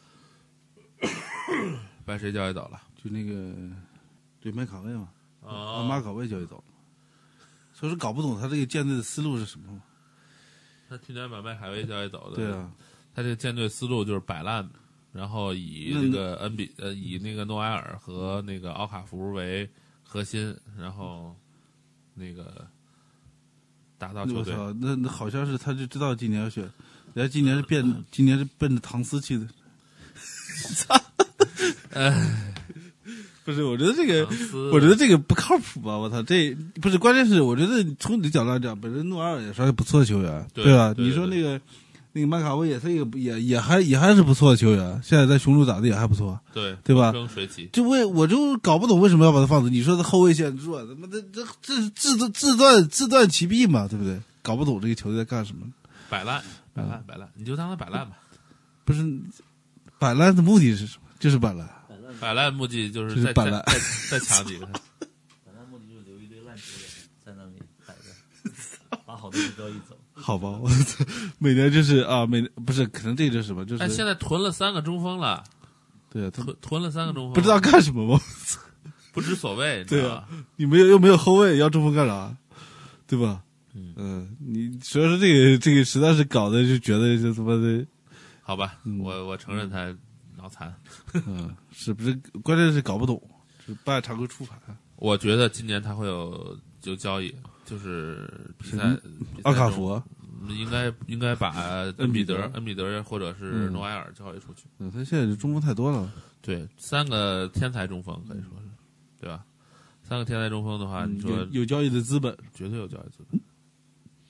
S3: 把谁交易走了？
S5: 就那个对麦卡卫嘛，
S3: 啊
S5: 把马卡卫交易走了。所以说搞不懂他这个建队的思路是什么嘛？
S3: 他去年把麦凯威交易走的，
S5: 对啊，
S3: 他这个建队思路就是摆烂，然后以
S5: 那
S3: 这个恩比呃以那个诺埃尔和那个奥卡福为核心，然后那个打造球队。
S5: 我操，那那好像是他就知道今年要选，人家今年是变，今年是奔着唐斯去的。操！
S3: 哎，
S5: 不是，我觉得这个
S3: 唐斯，
S5: 我觉得这个不靠谱吧？我操，这不是关键是，我觉得从你的角度来讲，本身诺埃尔也算是不错的球员，
S3: 对
S5: 吧？
S3: 对
S5: 你说那个那个麦卡威也是一个也也还也还是不错的球员，现在在雄鹿打的也还不错，
S3: 对
S5: 对吧？
S3: 风生水起。
S5: 就为我就搞不懂为什么要把他放走。你说他后卫线弱，他妈的这这自自自断自断其臂嘛，对不对？搞不懂这个球队在干什么。
S3: 摆烂，摆烂，摆烂，你就当他摆烂吧。
S5: 不是摆烂的目的是什么？就是摆烂。
S3: 摆烂目的就是再
S5: 就是摆烂
S3: 再再再抢几个。
S4: 摆烂目的就是留一堆烂球员在那里摆着，把好东西交易走。
S5: 好吧，我操，每年就是啊，每不是可能这就是什么，就是
S3: 哎，现在囤了三个中锋了，
S5: 对啊，他
S3: 囤囤了三个中锋，
S5: 不知道干什么吗？
S3: 不知所谓，你知道吧？
S5: 你没有又没有后卫，要中锋干啥？对吧？
S3: 嗯
S5: 呃你所以说这个这个实在是搞的就觉得就他妈的，
S3: 好吧，
S5: 嗯
S3: 我我承认他脑残。
S5: 嗯，是不是？关键是搞不懂，就不按常规出牌。
S3: 我觉得今年他会有有交易，就是比赛比赛
S5: 阿卡
S3: 中
S5: 福，
S3: 应该应该把恩比德、
S5: 恩比德
S3: 恩比德或者是诺埃尔交易出去。
S5: 嗯，他现在这中锋太多了。
S3: 对，三个天才中锋可以说是，对吧？三个天才中锋的话，你说
S5: 有有交易的资本，
S3: 绝对有交易资本。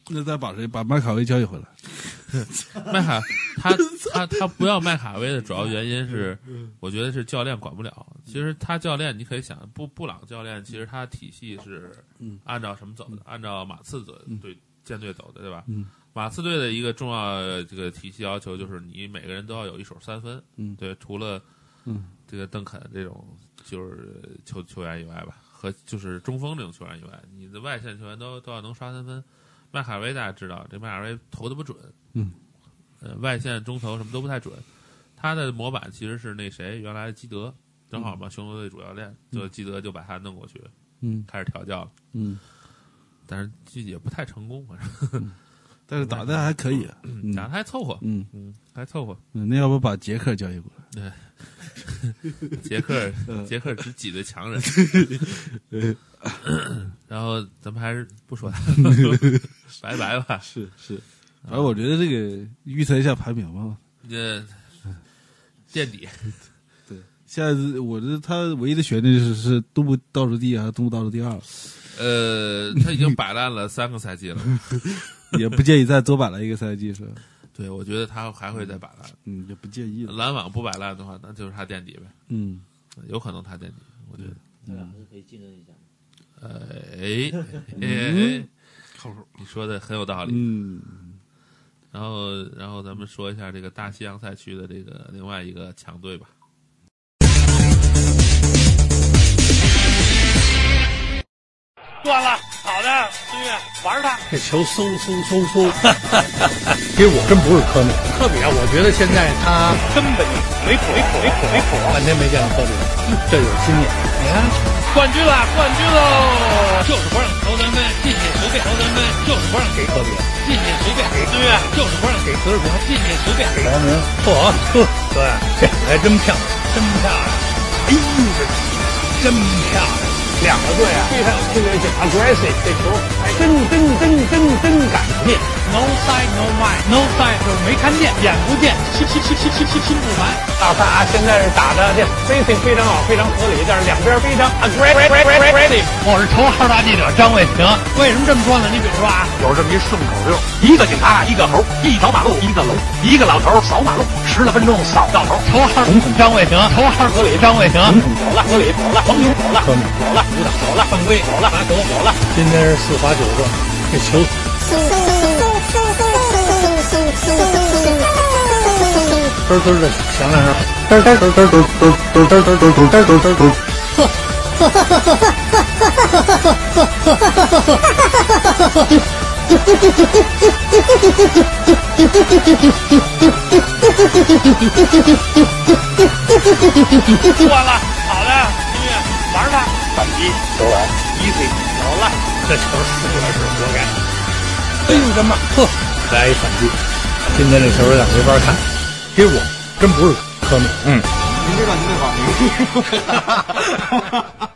S5: 那再把谁把麦卡威交易回来？
S3: 麦卡他他他不要麦卡威的主要原因是，我觉得是教练管不了。其实他教练你可以想，布布朗教练其实他体系是按照什么走的？按照马刺队对舰队走的，对吧？
S5: 嗯，
S3: 马刺队的一个重要这个体系要求就是你每个人都要有一手三分。
S5: 嗯，
S3: 对，除了
S5: 嗯
S3: 这个邓肯这种就是球球员以外吧，和就是中锋这种球员以外，你的外线球员都都要能刷三分。麦卡威大家知道，这麦卡威投的不准，
S5: 嗯，
S3: 呃，外线中投什么都不太准。他的模板其实是那谁原来的基德，正好嘛，雄鹿队主教练，就基德就把他弄过去，
S5: 嗯，
S3: 开始调教了，
S5: 嗯，
S3: 但是这也不太成功，反正，
S5: 嗯、但是打的还可以，
S3: 嗯、打的还凑合，
S5: 嗯
S3: 嗯，还凑合。
S5: 嗯，那要不把杰克交易过
S3: 来？对，杰克，杰克只挤兑强人。然后咱们还是不说他，拜拜吧。
S5: 是是，反正我觉得这个预测一下排名吧。
S3: 这垫底。
S5: 对，现在我觉得他唯一的悬念是是东部倒数第一还是东部倒数第二。
S3: 呃，他已经摆烂了三个赛季了，
S5: 也不介意再多摆烂一个赛季是吧？
S3: 对，我觉得他还会再摆烂。
S5: 嗯，也不介意了。
S3: 篮网不摆烂的话，那就是他垫底呗。
S5: 嗯，
S3: 有可能他垫底，我觉得。
S4: 他俩还是可以竞争一下。
S3: 呃，哎，哎，靠谱！你说的很有道理。
S5: 嗯。
S3: 然后，然后咱们说一下这个大西洋赛区的这个另外一个强队吧。
S6: 断了，好的，孙悦玩他。
S7: 这球嗖嗖嗖嗖，给我真不是科比，科比啊，我觉得现在他
S6: 根本没谱没谱没谱没谱，
S7: 半天没见科比，这有经验。你看，
S6: 冠军了，冠军喽！就是不让投三分，进去随便投三分，就是不让给
S7: 科比，
S6: 进去随便给孙悦，就是不让给德尔平，进去随便给
S7: 王明。嚯呵，对，这还真漂亮，真漂亮！哎呦，这真漂亮！两个队啊，非常这个这 aggressive， 这球哎，真真真真真敢进
S6: ，no side no mind，no side 就是没看见，眼不见，心心心心心心心不烦。
S7: 大萨现在是打的这 spacing 非常好，非常合理，但是两边非常 aggressive。
S6: 我是头号大记者张卫平，为什么这么说呢？你比如说啊，有这么一顺口溜：一个警察，一个猴，一条马路，一个楼，一个老头扫马路，十来分钟扫到头。头号总统张卫平，头号合理张卫平，总统走了，合理走了，黄牛走了，科米走了。舞蹈走了，犯规走了，罚球走了。
S7: 今天是四罚九个，这球。嘚嘚的墙上上，嘚嘚嘚嘚嘚嘚嘚嘚嘚嘚嘚嘚嘚嘚嘚。哈哈哈哈哈哈哈
S6: 断了，好的，音乐玩他，反击球完 ，easy 走了，
S7: 这球是有点是活该。哎呦，这妈，呵，来一反击，今天这球有点没法看，给我真不是科米，
S2: 嗯，您知道您最好，您。